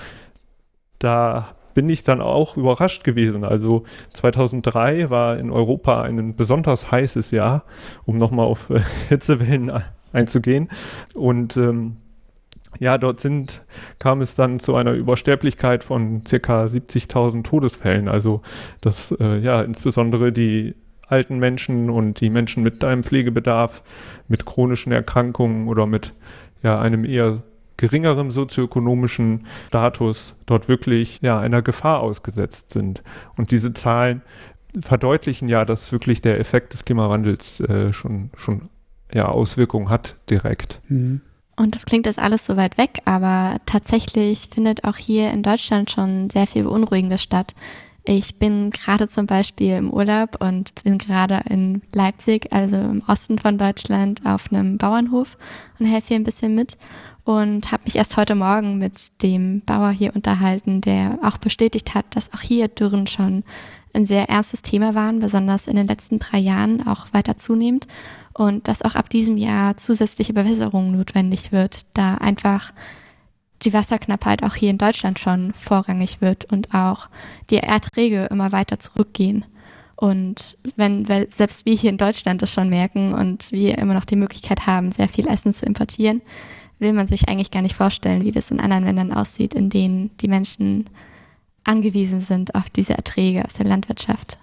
[SPEAKER 4] da bin ich dann auch überrascht gewesen. Also 2003 war in Europa ein besonders heißes Jahr, um nochmal auf Hitzewellen einzugehen und dort kam es dann zu einer Übersterblichkeit von ca. 70.000 Todesfällen. Also dass insbesondere die alten Menschen und die Menschen mit einem Pflegebedarf, mit chronischen Erkrankungen oder mit einem eher geringerem sozioökonomischen Status dort wirklich einer Gefahr ausgesetzt sind. Und diese Zahlen verdeutlichen ja, dass wirklich der Effekt des Klimawandels schon Auswirkungen hat direkt.
[SPEAKER 3] Und das klingt jetzt alles so weit weg, aber tatsächlich findet auch hier in Deutschland schon sehr viel Beunruhigendes statt. Ich bin gerade zum Beispiel im Urlaub und bin gerade in Leipzig, also im Osten von Deutschland, auf einem Bauernhof und helfe hier ein bisschen mit und habe mich erst heute Morgen mit dem Bauer hier unterhalten, der auch bestätigt hat, dass auch hier Dürren schon ein sehr ernstes Thema waren, besonders in den letzten 3 Jahren auch weiter zunehmend und dass auch ab diesem Jahr zusätzliche Bewässerung notwendig wird, da einfach die Wasserknappheit auch hier in Deutschland schon vorrangig wird und auch die Erträge immer weiter zurückgehen. Und weil selbst wir hier in Deutschland das schon merken und wir immer noch die Möglichkeit haben, sehr viel Essen zu importieren, will man sich eigentlich gar nicht vorstellen, wie das in anderen Ländern aussieht, in denen die Menschen angewiesen sind auf diese Erträge aus der Landwirtschaft.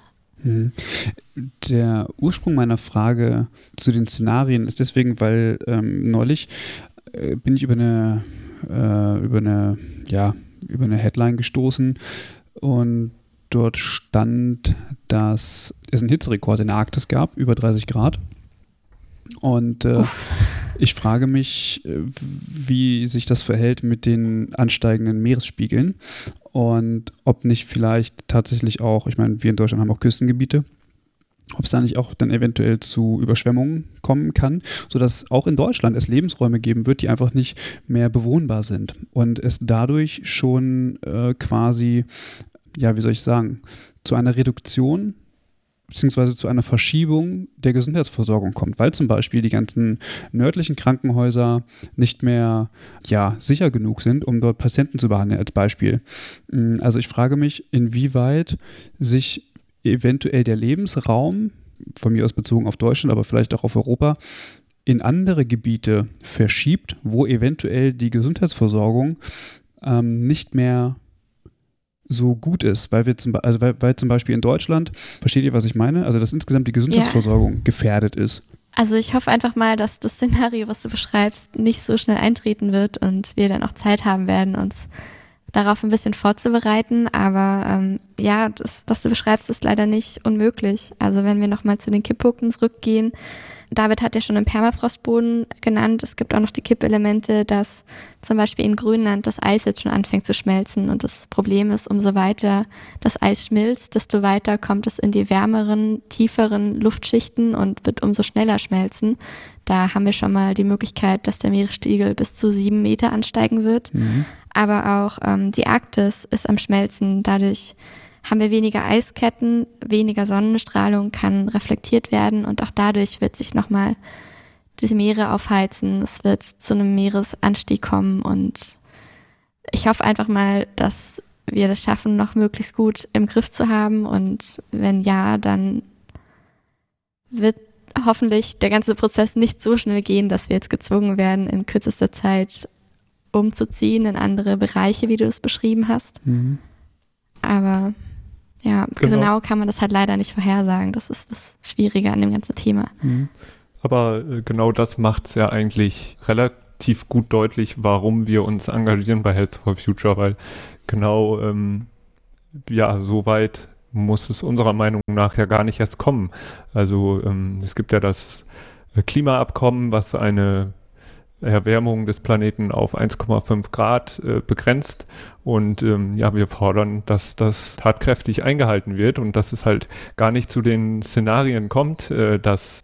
[SPEAKER 1] Der Ursprung meiner Frage zu den Szenarien ist deswegen, weil neulich bin ich über eine Headline gestoßen und dort stand, dass es einen Hitzerekord in der Arktis gab, über 30 Grad. Und ich frage mich, wie sich das verhält mit den ansteigenden Meeresspiegeln und ob nicht vielleicht tatsächlich auch, ich meine, wir in Deutschland haben auch Küstengebiete, ob es da nicht auch dann eventuell zu Überschwemmungen kommen kann, sodass auch in Deutschland es Lebensräume geben wird, die einfach nicht mehr bewohnbar sind und es dadurch schon quasi, wie soll ich sagen, zu einer Reduktion beziehungsweise zu einer Verschiebung der Gesundheitsversorgung kommt, weil zum Beispiel die ganzen nördlichen Krankenhäuser nicht mehr sicher genug sind, um dort Patienten zu behandeln, als Beispiel. Also ich frage mich, inwieweit sich eventuell der Lebensraum, von mir aus bezogen auf Deutschland, aber vielleicht auch auf Europa, in andere Gebiete verschiebt, wo eventuell die Gesundheitsversorgung nicht mehr so gut ist, weil zum Beispiel in Deutschland, versteht ihr, was ich meine? Also dass insgesamt die Gesundheitsversorgung gefährdet ist.
[SPEAKER 3] Also ich hoffe einfach mal, dass das Szenario, was du beschreibst, nicht so schnell eintreten wird und wir dann auch Zeit haben werden, uns darauf ein bisschen vorzubereiten, aber das, was du beschreibst, ist leider nicht unmöglich. Also wenn wir nochmal zu den Kipppunkten zurückgehen, David hat ja schon den Permafrostboden genannt. Es gibt auch noch die Kippelemente, dass zum Beispiel in Grönland das Eis jetzt schon anfängt zu schmelzen. Und das Problem ist, umso weiter das Eis schmilzt, desto weiter kommt es in die wärmeren, tieferen Luftschichten und wird umso schneller schmelzen. Da haben wir schon mal die Möglichkeit, dass der Meeresspiegel bis zu 7 Meter ansteigen wird. Aber auch die Arktis ist am Schmelzen. Dadurch haben wir weniger Eisketten, weniger Sonnenstrahlung kann reflektiert werden und auch dadurch wird sich nochmal die Meere aufheizen. Es wird zu einem Meeresanstieg kommen und ich hoffe einfach mal, dass wir das schaffen, noch möglichst gut im Griff zu haben und wenn ja, dann wird hoffentlich der ganze Prozess nicht so schnell gehen, dass wir jetzt gezwungen werden, in kürzester Zeit umzuziehen in andere Bereiche, wie du es beschrieben hast. Aber genau kann man das halt leider nicht vorhersagen. Das ist das Schwierige an dem ganzen Thema.
[SPEAKER 4] Aber genau das macht es ja eigentlich relativ gut deutlich, warum wir uns engagieren bei Health for Future, weil genau so weit muss es unserer Meinung nach ja gar nicht erst kommen. Also es gibt ja das Klimaabkommen, was eine Erwärmung des Planeten auf 1,5 Grad begrenzt und wir fordern, dass das tatkräftig eingehalten wird und dass es halt gar nicht zu den Szenarien kommt, dass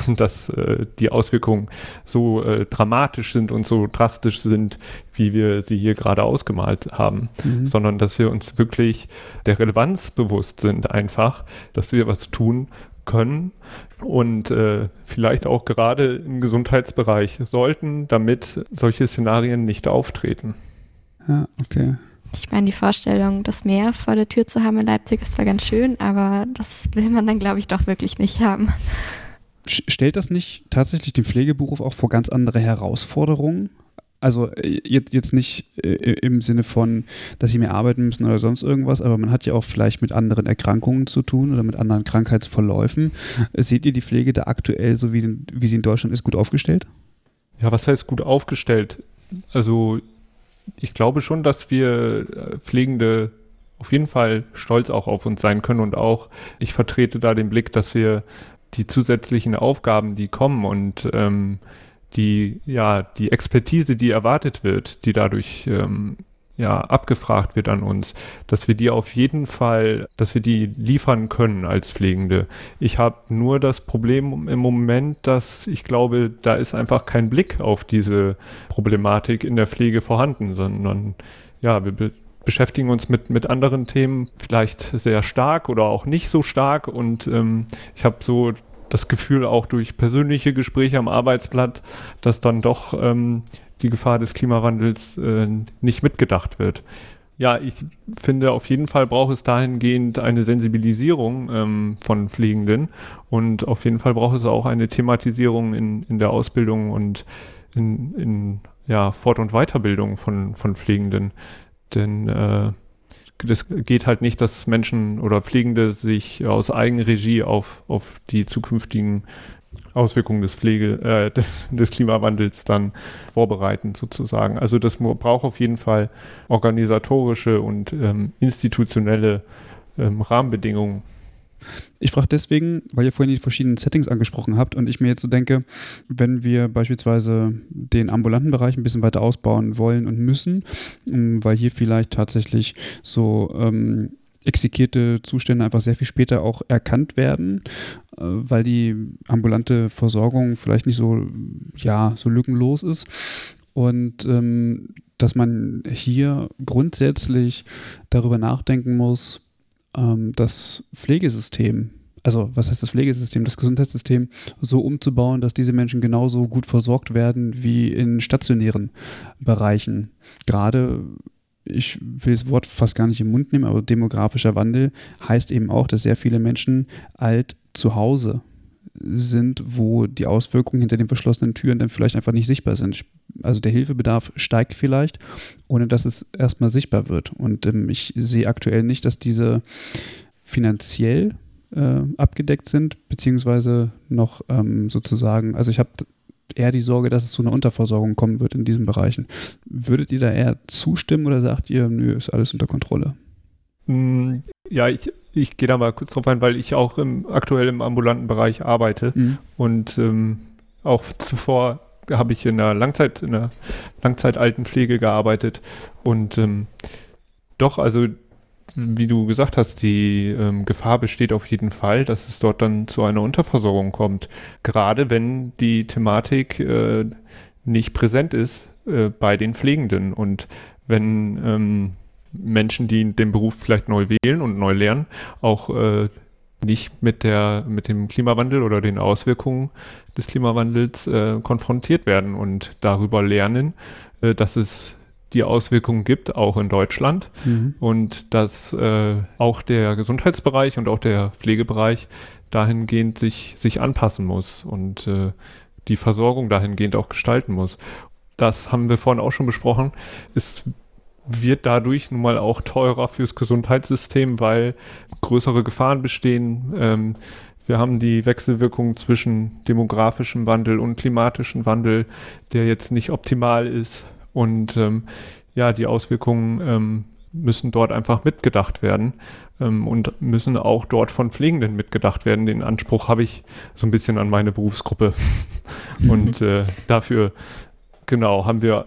[SPEAKER 4] die Auswirkungen so dramatisch sind und so drastisch sind, wie wir sie hier gerade ausgemalt haben, sondern dass wir uns wirklich der Relevanz bewusst sind einfach, dass wir was tun können und vielleicht auch gerade im Gesundheitsbereich sollten, damit solche Szenarien nicht auftreten.
[SPEAKER 1] Ja, okay.
[SPEAKER 3] Ich meine, die Vorstellung, das Meer vor der Tür zu haben in Leipzig ist zwar ganz schön, aber das will man dann, glaube ich, doch wirklich nicht haben.
[SPEAKER 1] Stellt das nicht tatsächlich den Pflegeberuf auch vor ganz andere Herausforderungen? Also jetzt nicht im Sinne von, dass sie mehr arbeiten müssen oder sonst irgendwas, aber man hat ja auch vielleicht mit anderen Erkrankungen zu tun oder mit anderen Krankheitsverläufen. Seht ihr die Pflege da aktuell, so wie sie in Deutschland ist, gut aufgestellt?
[SPEAKER 4] Ja, was heißt gut aufgestellt? Also ich glaube schon, dass wir Pflegende auf jeden Fall stolz auch auf uns sein können und auch, ich vertrete da den Blick, dass wir die zusätzlichen Aufgaben, die kommen und die Expertise, die erwartet wird, die dadurch abgefragt wird an uns, dass wir die auf jeden Fall, dass wir die liefern können als Pflegende. Ich habe nur das Problem im Moment, dass ich glaube, da ist einfach kein Blick auf diese Problematik in der Pflege vorhanden, sondern wir beschäftigen uns mit anderen Themen vielleicht sehr stark oder auch nicht so stark und ich habe so das Gefühl auch durch persönliche Gespräche am Arbeitsplatz, dass dann doch die Gefahr des Klimawandels nicht mitgedacht wird. Ja, ich finde, auf jeden Fall braucht es dahingehend eine Sensibilisierung von Pflegenden und auf jeden Fall braucht es auch eine Thematisierung in der Ausbildung und in Fort- und Weiterbildung von Pflegenden. Denn das geht halt nicht, dass Menschen oder Pflegende sich aus Eigenregie auf die zukünftigen Auswirkungen des Klimawandels dann vorbereiten sozusagen. Also das braucht auf jeden Fall organisatorische und institutionelle Rahmenbedingungen.
[SPEAKER 1] Ich frage deswegen, weil ihr vorhin die verschiedenen Settings angesprochen habt und ich mir jetzt so denke, wenn wir beispielsweise den ambulanten Bereich ein bisschen weiter ausbauen wollen und müssen, weil hier vielleicht tatsächlich so exekierte Zustände einfach sehr viel später auch erkannt werden, weil die ambulante Versorgung vielleicht nicht so lückenlos ist und dass man hier grundsätzlich darüber nachdenken muss, das Pflegesystem, also was heißt das Pflegesystem, das Gesundheitssystem so umzubauen, dass diese Menschen genauso gut versorgt werden wie in stationären Bereichen. Gerade, ich will das Wort fast gar nicht im Mund nehmen, aber demografischer Wandel heißt eben auch, dass sehr viele Menschen alt zu Hause sind, wo die Auswirkungen hinter den verschlossenen Türen dann vielleicht einfach nicht sichtbar sind. Also der Hilfebedarf steigt vielleicht, ohne dass es erstmal sichtbar wird. Und ich sehe aktuell nicht, dass diese finanziell abgedeckt sind, beziehungsweise noch sozusagen, also ich habe eher die Sorge, dass es zu einer Unterversorgung kommen wird in diesen Bereichen. Würdet ihr da eher zustimmen oder sagt ihr, nö, ist alles unter Kontrolle?
[SPEAKER 4] Ja, ich gehe da mal kurz drauf ein, weil ich auch aktuell im ambulanten Bereich arbeite und auch zuvor habe ich in der Langzeitaltenpflege gearbeitet und doch, also wie du gesagt hast, die Gefahr besteht auf jeden Fall, dass es dort dann zu einer Unterversorgung kommt, gerade wenn die Thematik nicht präsent ist bei den Pflegenden und wenn Menschen, die den Beruf vielleicht neu wählen und neu lernen, auch nicht mit dem Klimawandel oder den Auswirkungen des Klimawandels konfrontiert werden und darüber lernen, dass es die Auswirkungen gibt, auch in Deutschland und dass auch der Gesundheitsbereich und auch der Pflegebereich dahingehend sich anpassen muss und die Versorgung dahingehend auch gestalten muss. Das haben wir vorhin auch schon besprochen. Es wird dadurch nun mal auch teurer fürs Gesundheitssystem, weil größere Gefahren bestehen. Wir haben die Wechselwirkung zwischen demografischem Wandel und klimatischem Wandel, der jetzt nicht optimal ist. Und die Auswirkungen müssen dort einfach mitgedacht werden und müssen auch dort von Pflegenden mitgedacht werden. Den Anspruch habe ich so ein bisschen an meine Berufsgruppe. Und dafür, haben wir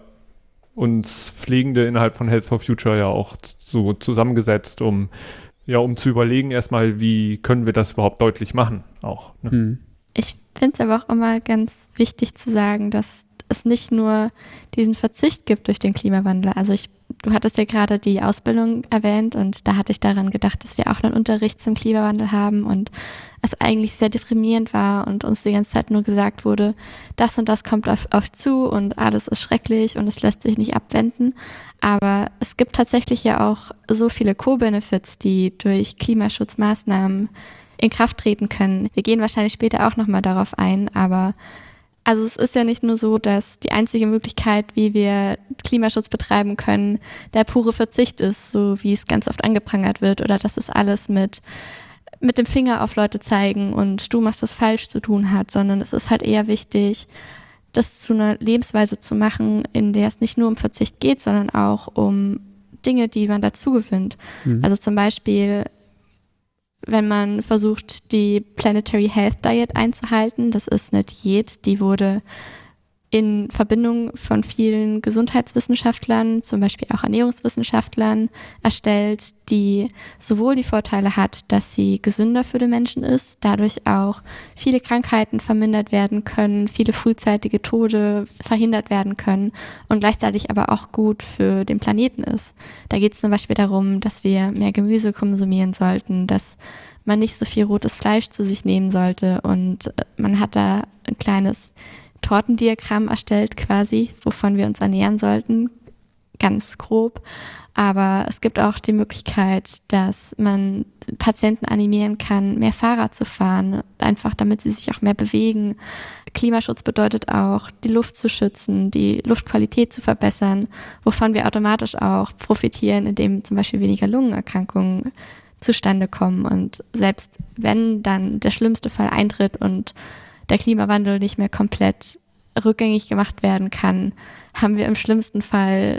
[SPEAKER 4] uns Pflegende innerhalb von Health for Future ja auch so zusammengesetzt, um zu überlegen erstmal, wie können wir das überhaupt deutlich machen auch. Ne?
[SPEAKER 3] Ich finde es aber auch immer ganz wichtig zu sagen, dass es nicht nur diesen Verzicht gibt durch den Klimawandel. Also du hattest ja gerade die Ausbildung erwähnt und da hatte ich daran gedacht, dass wir auch einen Unterricht zum Klimawandel haben und es eigentlich sehr deprimierend war und uns die ganze Zeit nur gesagt wurde, das und das kommt auf euch zu und alles ist schrecklich und es lässt sich nicht abwenden. Aber es gibt tatsächlich ja auch so viele Co-Benefits, die durch Klimaschutzmaßnahmen in Kraft treten können. Wir gehen wahrscheinlich später auch nochmal darauf ein, aber also es ist ja nicht nur so, dass die einzige Möglichkeit, wie wir Klimaschutz betreiben können, der pure Verzicht ist, so wie es ganz oft angeprangert wird, oder dass es alles mit dem Finger auf Leute zeigen und du machst das falsch zu tun hat, sondern es ist halt eher wichtig, das zu einer Lebensweise zu machen, in der es nicht nur um Verzicht geht, sondern auch um Dinge, die man dazu gewinnt. Also zum Beispiel, wenn man versucht, die Planetary Health Diet einzuhalten, das ist eine Diät, die wurde in Verbindung von vielen Gesundheitswissenschaftlern, zum Beispiel auch Ernährungswissenschaftlern, erstellt, die sowohl die Vorteile hat, dass sie gesünder für den Menschen ist, dadurch auch viele Krankheiten vermindert werden können, viele frühzeitige Tode verhindert werden können und gleichzeitig aber auch gut für den Planeten ist. Da geht es zum Beispiel darum, dass wir mehr Gemüse konsumieren sollten, dass man nicht so viel rotes Fleisch zu sich nehmen sollte, und man hat da ein kleines Tortendiagramm erstellt quasi, wovon wir uns ernähren sollten, ganz grob. Aber es gibt auch die Möglichkeit, dass man Patienten animieren kann, mehr Fahrrad zu fahren, einfach damit sie sich auch mehr bewegen. Klimaschutz bedeutet auch, die Luft zu schützen, die Luftqualität zu verbessern, wovon wir automatisch auch profitieren, indem zum Beispiel weniger Lungenerkrankungen zustande kommen. Und selbst wenn dann der schlimmste Fall eintritt und der Klimawandel nicht mehr komplett rückgängig gemacht werden kann, haben wir im schlimmsten Fall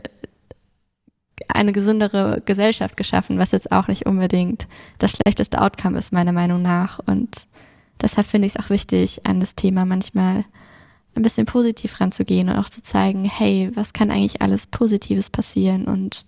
[SPEAKER 3] eine gesündere Gesellschaft geschaffen, was jetzt auch nicht unbedingt das schlechteste Outcome ist, meiner Meinung nach. Und deshalb finde ich es auch wichtig, an das Thema manchmal ein bisschen positiv ranzugehen und auch zu zeigen, hey, was kann eigentlich alles Positives passieren? Und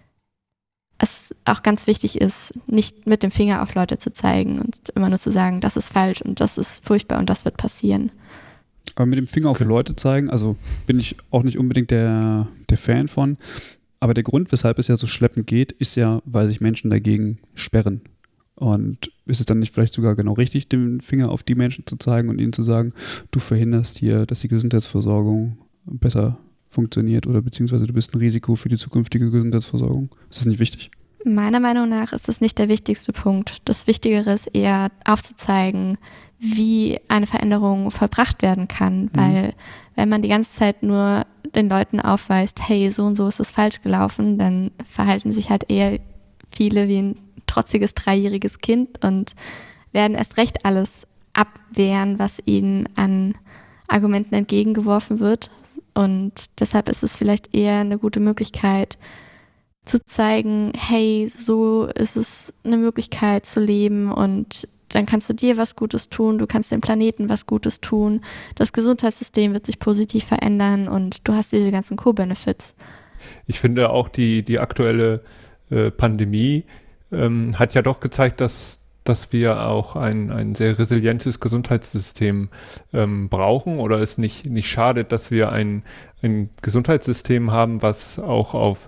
[SPEAKER 3] es auch ganz wichtig ist, nicht mit dem Finger auf Leute zu zeigen und immer nur zu sagen, das ist falsch und das ist furchtbar und das wird passieren.
[SPEAKER 1] Aber mit dem Finger auf Leute zeigen, also bin ich auch nicht unbedingt der Fan von. Aber der Grund, weshalb es ja so schleppend geht, ist ja, weil sich Menschen dagegen sperren. Und ist es dann nicht vielleicht sogar genau richtig, den Finger auf die Menschen zu zeigen und ihnen zu sagen, du verhinderst hier, dass die Gesundheitsversorgung besser funktioniert oder beziehungsweise du bist ein Risiko für die zukünftige Gesundheitsversorgung? Ist das nicht wichtig?
[SPEAKER 3] Meiner Meinung nach ist das nicht der wichtigste Punkt. Das Wichtigere ist eher aufzuzeigen, wie eine Veränderung vollbracht werden kann, weil wenn man die ganze Zeit nur den Leuten aufweist, hey, so und so ist es falsch gelaufen, dann verhalten sich halt eher viele wie ein trotziges 3-jähriges Kind und werden erst recht alles abwehren, was ihnen an Argumenten entgegengeworfen wird. Und deshalb ist es vielleicht eher eine gute Möglichkeit zu zeigen, hey, so ist es eine Möglichkeit zu leben und dann kannst du dir was Gutes tun, du kannst dem Planeten was Gutes tun, das Gesundheitssystem wird sich positiv verändern und du hast diese ganzen Co-Benefits.
[SPEAKER 4] Ich finde auch die aktuelle Pandemie hat ja doch gezeigt, dass wir auch ein sehr resilientes Gesundheitssystem brauchen oder es nicht schadet, dass wir ein Gesundheitssystem haben, was auch auf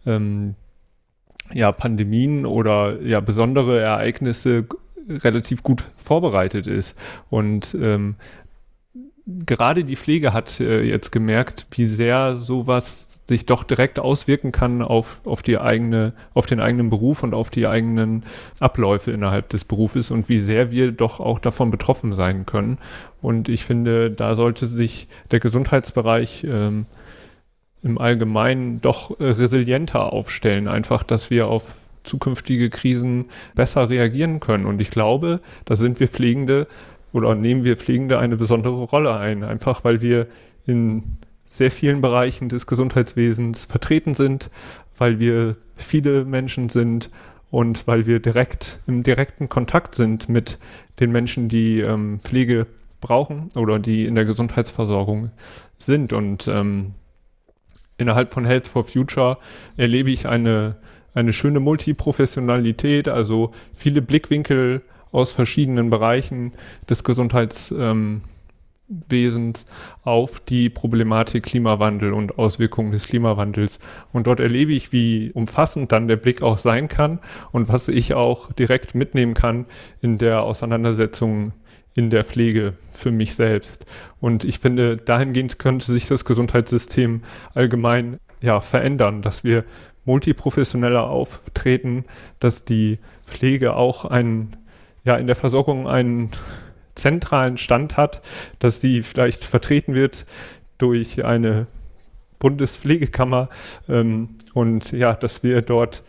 [SPEAKER 4] Pandemien oder besondere Ereignisse relativ gut vorbereitet ist. Und gerade die Pflege hat jetzt gemerkt, wie sehr sowas sich doch direkt auswirken kann auf den eigenen Beruf und auf die eigenen Abläufe innerhalb des Berufes und wie sehr wir doch auch davon betroffen sein können. Und ich finde, da sollte sich der Gesundheitsbereich im Allgemeinen doch resilienter aufstellen, einfach, dass wir auf zukünftige Krisen besser reagieren können. Und ich glaube, da sind wir Pflegende oder nehmen wir Pflegende eine besondere Rolle ein, einfach weil wir in sehr vielen Bereichen des Gesundheitswesens vertreten sind, weil wir viele Menschen sind und weil wir im direkten Kontakt sind mit den Menschen, die Pflege brauchen oder die in der Gesundheitsversorgung sind. Und innerhalb von Health for Future erlebe ich eine schöne Multiprofessionalität, also viele Blickwinkel aus verschiedenen Bereichen des Gesundheitswesens auf die Problematik Klimawandel und Auswirkungen des Klimawandels. Und dort erlebe ich, wie umfassend dann der Blick auch sein kann und was ich auch direkt mitnehmen kann in der Auseinandersetzung in der Pflege für mich selbst. Und ich finde, dahingehend könnte sich das Gesundheitssystem allgemein verändern, dass wir multiprofessioneller auftreten, dass die Pflege auch in der Versorgung einen zentralen Stand hat, dass die vielleicht vertreten wird durch eine Bundespflegekammer und dass wir dort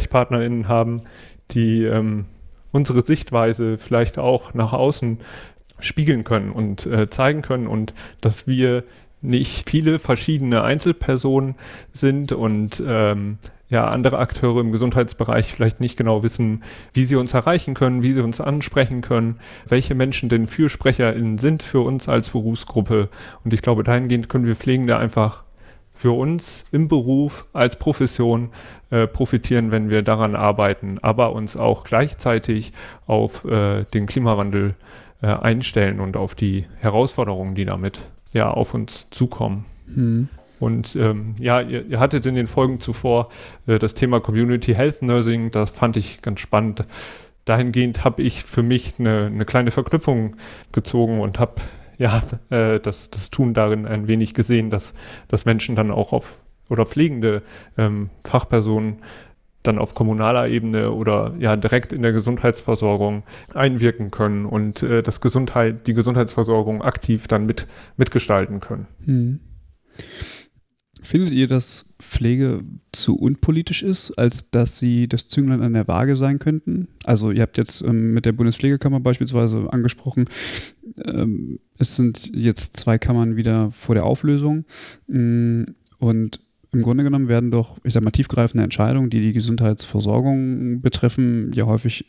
[SPEAKER 4] AnsprechpartnerInnen haben, die unsere Sichtweise vielleicht auch nach außen spiegeln können und zeigen können und dass wir nicht viele verschiedene Einzelpersonen sind und andere Akteure im Gesundheitsbereich vielleicht nicht genau wissen, wie sie uns erreichen können, wie sie uns ansprechen können, welche Menschen denn FürsprecherInnen sind für uns als Berufsgruppe. Und ich glaube, dahingehend können wir Pflegende einfach für uns im Beruf als Profession profitieren, wenn wir daran arbeiten, aber uns auch gleichzeitig auf den Klimawandel einstellen und auf die Herausforderungen, die damit auf uns zukommen. Und ihr hattet in den Folgen zuvor das Thema Community Health Nursing, das fand ich ganz spannend. Dahingehend habe ich für mich eine kleine Verknüpfung gezogen und habe das Tun darin ein wenig gesehen, dass Menschen dann auch oder pflegende Fachpersonen dann auf kommunaler Ebene oder direkt in der Gesundheitsversorgung einwirken können und die Gesundheitsversorgung aktiv dann mitgestalten können.
[SPEAKER 1] Findet ihr, dass Pflege zu unpolitisch ist, als dass sie das Zünglein an der Waage sein könnten? Also ihr habt jetzt mit der Bundespflegekammer beispielsweise angesprochen, es sind jetzt 2 Kammern wieder vor der Auflösung und im Grunde genommen werden doch, ich sag mal, tiefgreifende Entscheidungen, die Gesundheitsversorgung betreffen, ja häufig,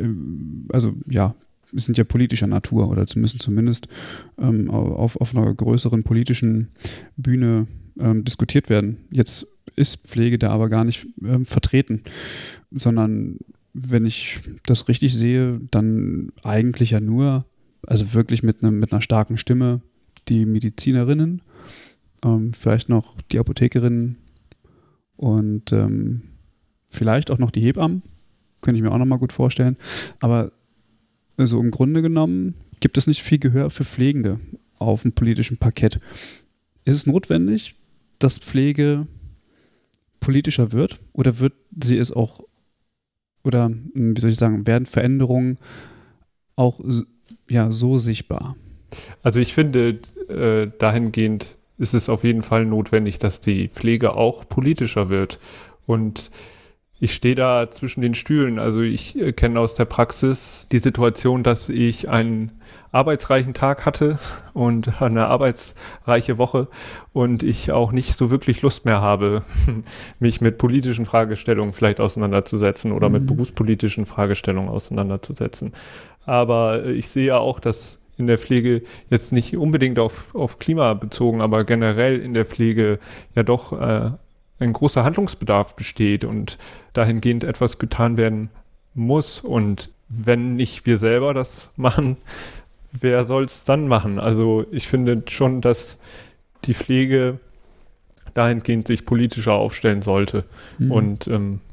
[SPEAKER 1] sind ja politischer Natur oder müssen zumindest auf einer größeren politischen Bühne diskutiert werden. Jetzt ist Pflege da aber gar nicht vertreten, sondern wenn ich das richtig sehe, dann eigentlich ja nur, also wirklich mit einer starken Stimme, die Medizinerinnen, vielleicht noch die Apothekerinnen und vielleicht auch noch die Hebammen, könnte ich mir auch noch mal gut vorstellen. Aber also im Grunde genommen gibt es nicht viel Gehör für Pflegende auf dem politischen Parkett. Ist es notwendig, dass Pflege politischer wird oder wird sie es auch, oder wie soll ich sagen, werden Veränderungen auch so sichtbar?
[SPEAKER 4] Also ich finde, dahingehend ist es auf jeden Fall notwendig, dass die Pflege auch politischer wird. Und ich stehe da zwischen den Stühlen. Also ich kenne aus der Praxis die Situation, dass ich einen arbeitsreichen Tag hatte und eine arbeitsreiche Woche und ich auch nicht so wirklich Lust mehr habe, mich mit politischen Fragestellungen vielleicht auseinanderzusetzen oder mit berufspolitischen Fragestellungen auseinanderzusetzen. Aber ich sehe ja auch, dass in der Pflege jetzt nicht unbedingt auf Klima bezogen, aber generell in der Pflege ja doch ein großer Handlungsbedarf besteht und dahingehend etwas getan werden muss. Und wenn nicht wir selber das machen, wer soll es dann machen? Also ich finde schon, dass die Pflege dahingehend sich politischer aufstellen sollte. Und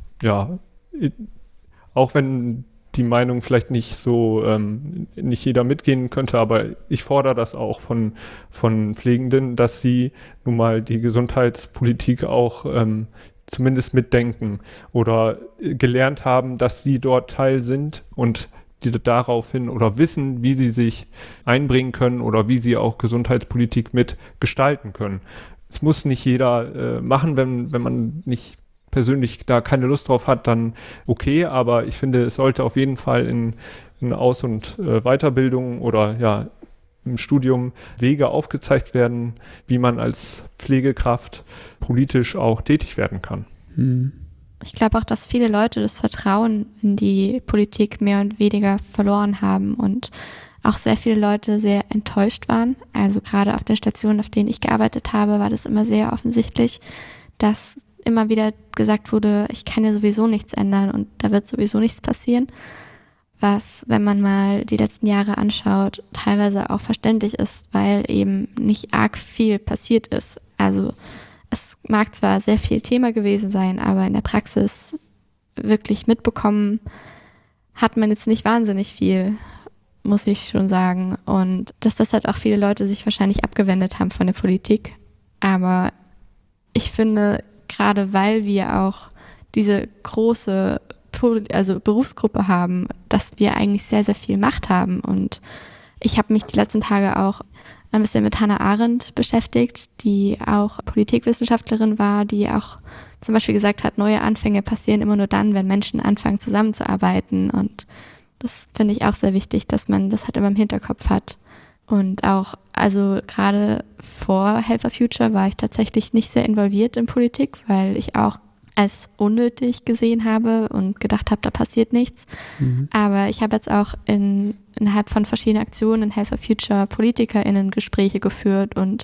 [SPEAKER 4] auch wenn die Meinung vielleicht nicht so, nicht jeder mitgehen könnte, aber ich fordere das auch von Pflegenden, dass sie nun mal die Gesundheitspolitik auch zumindest mitdenken oder gelernt haben, dass sie dort Teil sind und die daraufhin oder wissen, wie sie sich einbringen können oder wie sie auch Gesundheitspolitik mitgestalten können. Es muss nicht jeder machen, wenn man nicht persönlich da keine Lust drauf hat, dann okay, aber ich finde, es sollte auf jeden Fall in Aus- und Weiterbildung oder im Studium Wege aufgezeigt werden, wie man als Pflegekraft politisch auch tätig werden kann.
[SPEAKER 3] Ich glaube auch, dass viele Leute das Vertrauen in die Politik mehr und weniger verloren haben und auch sehr viele Leute sehr enttäuscht waren. Also gerade auf den Stationen, auf denen ich gearbeitet habe, war das immer sehr offensichtlich, dass immer wieder gesagt wurde, ich kann ja sowieso nichts ändern und da wird sowieso nichts passieren. Was, wenn man mal die letzten Jahre anschaut, teilweise auch verständlich ist, weil eben nicht arg viel passiert ist. Also es mag zwar sehr viel Thema gewesen sein, aber in der Praxis wirklich mitbekommen hat man jetzt nicht wahnsinnig viel, muss ich schon sagen. Und dass deshalb auch viele Leute sich wahrscheinlich abgewendet haben von der Politik. Aber ich finde, gerade weil wir auch diese große Berufsgruppe haben, dass wir eigentlich sehr, sehr viel Macht haben. Und ich habe mich die letzten Tage auch ein bisschen mit Hannah Arendt beschäftigt, die auch Politikwissenschaftlerin war, die auch zum Beispiel gesagt hat, neue Anfänge passieren immer nur dann, wenn Menschen anfangen zusammenzuarbeiten. Und das finde ich auch sehr wichtig, dass man das halt immer im Hinterkopf hat. Und auch, also gerade vor Health for Future war ich tatsächlich nicht sehr involviert in Politik, weil ich auch als unnötig gesehen habe und gedacht habe, da passiert nichts. Aber ich habe jetzt auch innerhalb von verschiedenen Aktionen in Health for Future PolitikerInnen Gespräche geführt und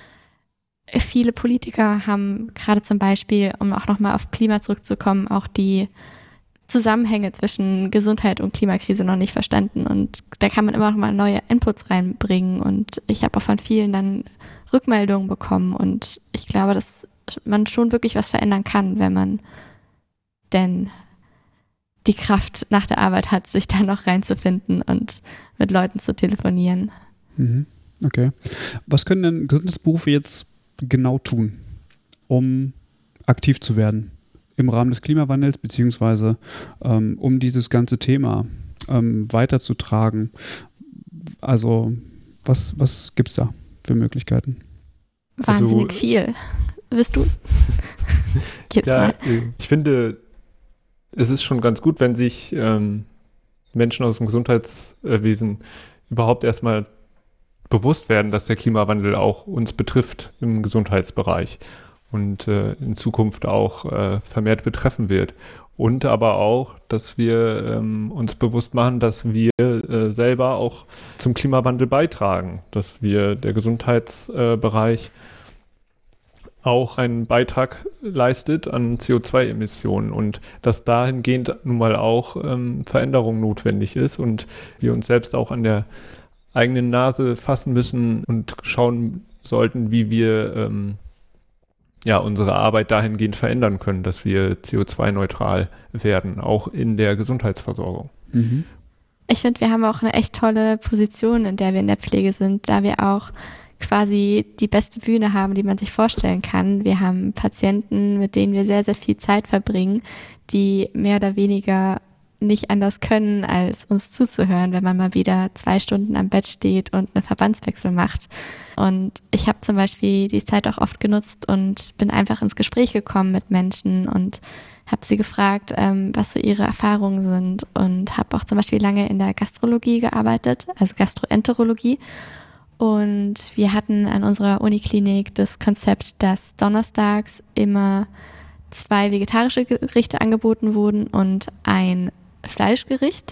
[SPEAKER 3] viele Politiker haben gerade zum Beispiel, um auch nochmal auf Klima zurückzukommen, auch die Zusammenhänge zwischen Gesundheit und Klimakrise noch nicht verstanden. Und da kann man immer noch mal neue Inputs reinbringen. Und ich habe auch von vielen dann Rückmeldungen bekommen. Und ich glaube, dass man schon wirklich was verändern kann, wenn man denn die Kraft nach der Arbeit hat, sich da noch reinzufinden und mit Leuten zu telefonieren.
[SPEAKER 1] Okay. Was können denn Gesundheitsberufe jetzt genau tun, um aktiv zu werden im Rahmen des Klimawandels, beziehungsweise um dieses ganze Thema weiterzutragen? Also was gibt es da für Möglichkeiten?
[SPEAKER 3] Wahnsinnig viel. Willst du? Geht's mal?
[SPEAKER 4] Ich finde, es ist schon ganz gut, wenn sich Menschen aus dem Gesundheitswesen überhaupt erstmal bewusst werden, dass der Klimawandel auch uns betrifft im Gesundheitsbereich und in Zukunft auch vermehrt betreffen wird. Und aber auch, dass wir uns bewusst machen, dass wir selber auch zum Klimawandel beitragen, dass wir der Gesundheitsbereich auch einen Beitrag leistet an CO2-Emissionen und dass dahingehend nun mal auch Veränderung notwendig ist und wir uns selbst auch an der eigenen Nase fassen müssen und schauen sollten, wie wir unsere Arbeit dahingehend verändern können, dass wir CO2-neutral werden, auch in der Gesundheitsversorgung.
[SPEAKER 3] Ich finde, wir haben auch eine echt tolle Position, in der wir in der Pflege sind, da wir auch quasi die beste Bühne haben, die man sich vorstellen kann. Wir haben Patienten, mit denen wir sehr, sehr viel Zeit verbringen, die mehr oder weniger nicht anders können, als uns zuzuhören, wenn man mal wieder 2 Stunden am Bett steht und einen Verbandswechsel macht. Und ich habe zum Beispiel die Zeit auch oft genutzt und bin einfach ins Gespräch gekommen mit Menschen und habe sie gefragt, was so ihre Erfahrungen sind und habe auch zum Beispiel lange in der Gastrologie gearbeitet, also Gastroenterologie. Und wir hatten an unserer Uniklinik das Konzept, dass donnerstags immer 2 vegetarische Gerichte angeboten wurden und ein Fleischgericht.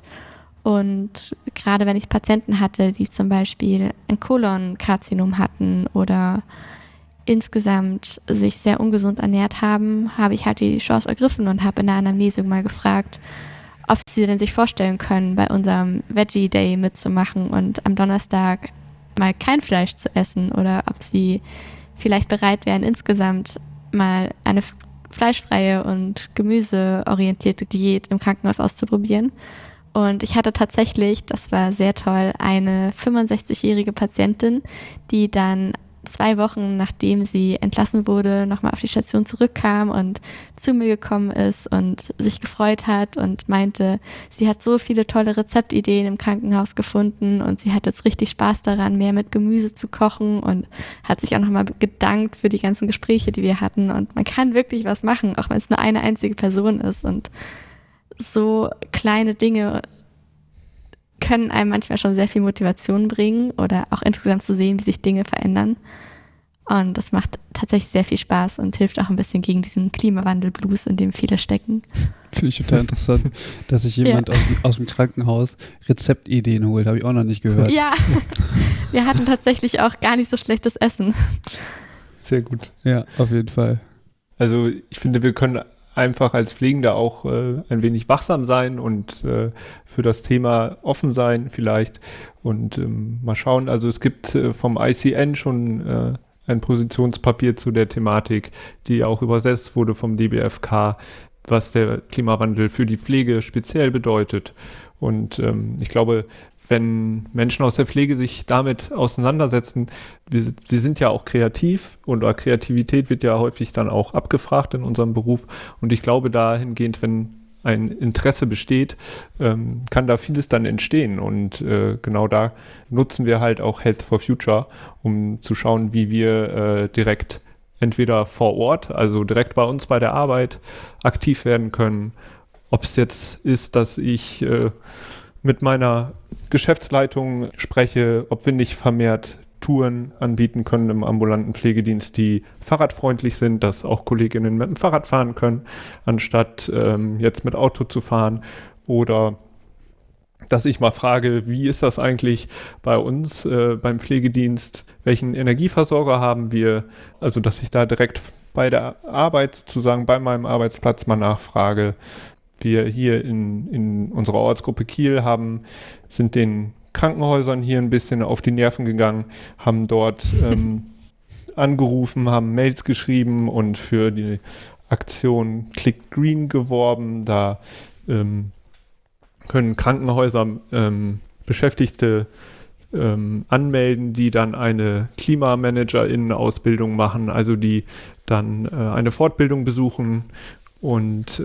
[SPEAKER 3] Und gerade wenn ich Patienten hatte, die zum Beispiel ein Kolonkarzinom hatten oder insgesamt sich sehr ungesund ernährt haben, habe ich halt die Chance ergriffen und habe in der Anamnese mal gefragt, ob sie denn sich vorstellen können, bei unserem Veggie Day mitzumachen und am Donnerstag mal kein Fleisch zu essen oder ob sie vielleicht bereit wären, insgesamt mal eine fleischfreie und gemüseorientierte Diät im Krankenhaus auszuprobieren. Und ich hatte tatsächlich, das war sehr toll, eine 65-jährige Patientin, die dann 2 Wochen, nachdem sie entlassen wurde, nochmal auf die Station zurückkam und zu mir gekommen ist und sich gefreut hat und meinte, sie hat so viele tolle Rezeptideen im Krankenhaus gefunden und sie hat jetzt richtig Spaß daran, mehr mit Gemüse zu kochen und hat sich auch nochmal gedankt für die ganzen Gespräche, die wir hatten. Und man kann wirklich was machen, auch wenn es nur eine einzige Person ist. Und so kleine Dinge können einem manchmal schon sehr viel Motivation bringen oder auch insgesamt zu sehen, wie sich Dinge verändern. Und das macht tatsächlich sehr viel Spaß und hilft auch ein bisschen gegen diesen Klimawandel-Blues, in dem viele stecken.
[SPEAKER 1] Finde ich total interessant, dass sich jemand aus dem Krankenhaus Rezeptideen holt. Habe ich auch noch nicht gehört.
[SPEAKER 3] Ja, wir hatten tatsächlich auch gar nicht so schlechtes Essen.
[SPEAKER 4] Sehr gut.
[SPEAKER 1] Ja, auf jeden Fall.
[SPEAKER 4] Also ich finde, wir können einfach als Pflegende auch ein wenig wachsam sein und für das Thema offen sein vielleicht und mal schauen. Also es gibt vom ICN schon ein Positionspapier zu der Thematik, die auch übersetzt wurde vom DBFK, was der Klimawandel für die Pflege speziell bedeutet. Und ich glaube, wenn Menschen aus der Pflege sich damit auseinandersetzen, wir sind ja auch kreativ und Kreativität wird ja häufig dann auch abgefragt in unserem Beruf. Und ich glaube dahingehend, wenn ein Interesse besteht, kann da vieles dann entstehen. Und genau da nutzen wir halt auch Health for Future, um zu schauen, wie wir direkt entweder vor Ort, also direkt bei uns bei der Arbeit aktiv werden können. Ob es jetzt ist, dass ich mit meiner Geschäftsleitung spreche, ob wir nicht vermehrt Touren anbieten können im ambulanten Pflegedienst, die fahrradfreundlich sind, dass auch Kolleginnen mit dem Fahrrad fahren können, anstatt jetzt mit Auto zu fahren. Oder dass ich mal frage, wie ist das eigentlich bei uns beim Pflegedienst? Welchen Energieversorger haben wir? Also, dass ich da direkt bei der Arbeit, sozusagen bei meinem Arbeitsplatz mal nachfrage. Wir hier in unserer Ortsgruppe Kiel sind den Krankenhäusern hier ein bisschen auf die Nerven gegangen, haben dort angerufen, haben Mails geschrieben und für die Aktion Click Green geworben. Da können Krankenhäuser Beschäftigte anmelden, die dann eine KlimamanagerInnen-Ausbildung machen, also die dann eine Fortbildung besuchen und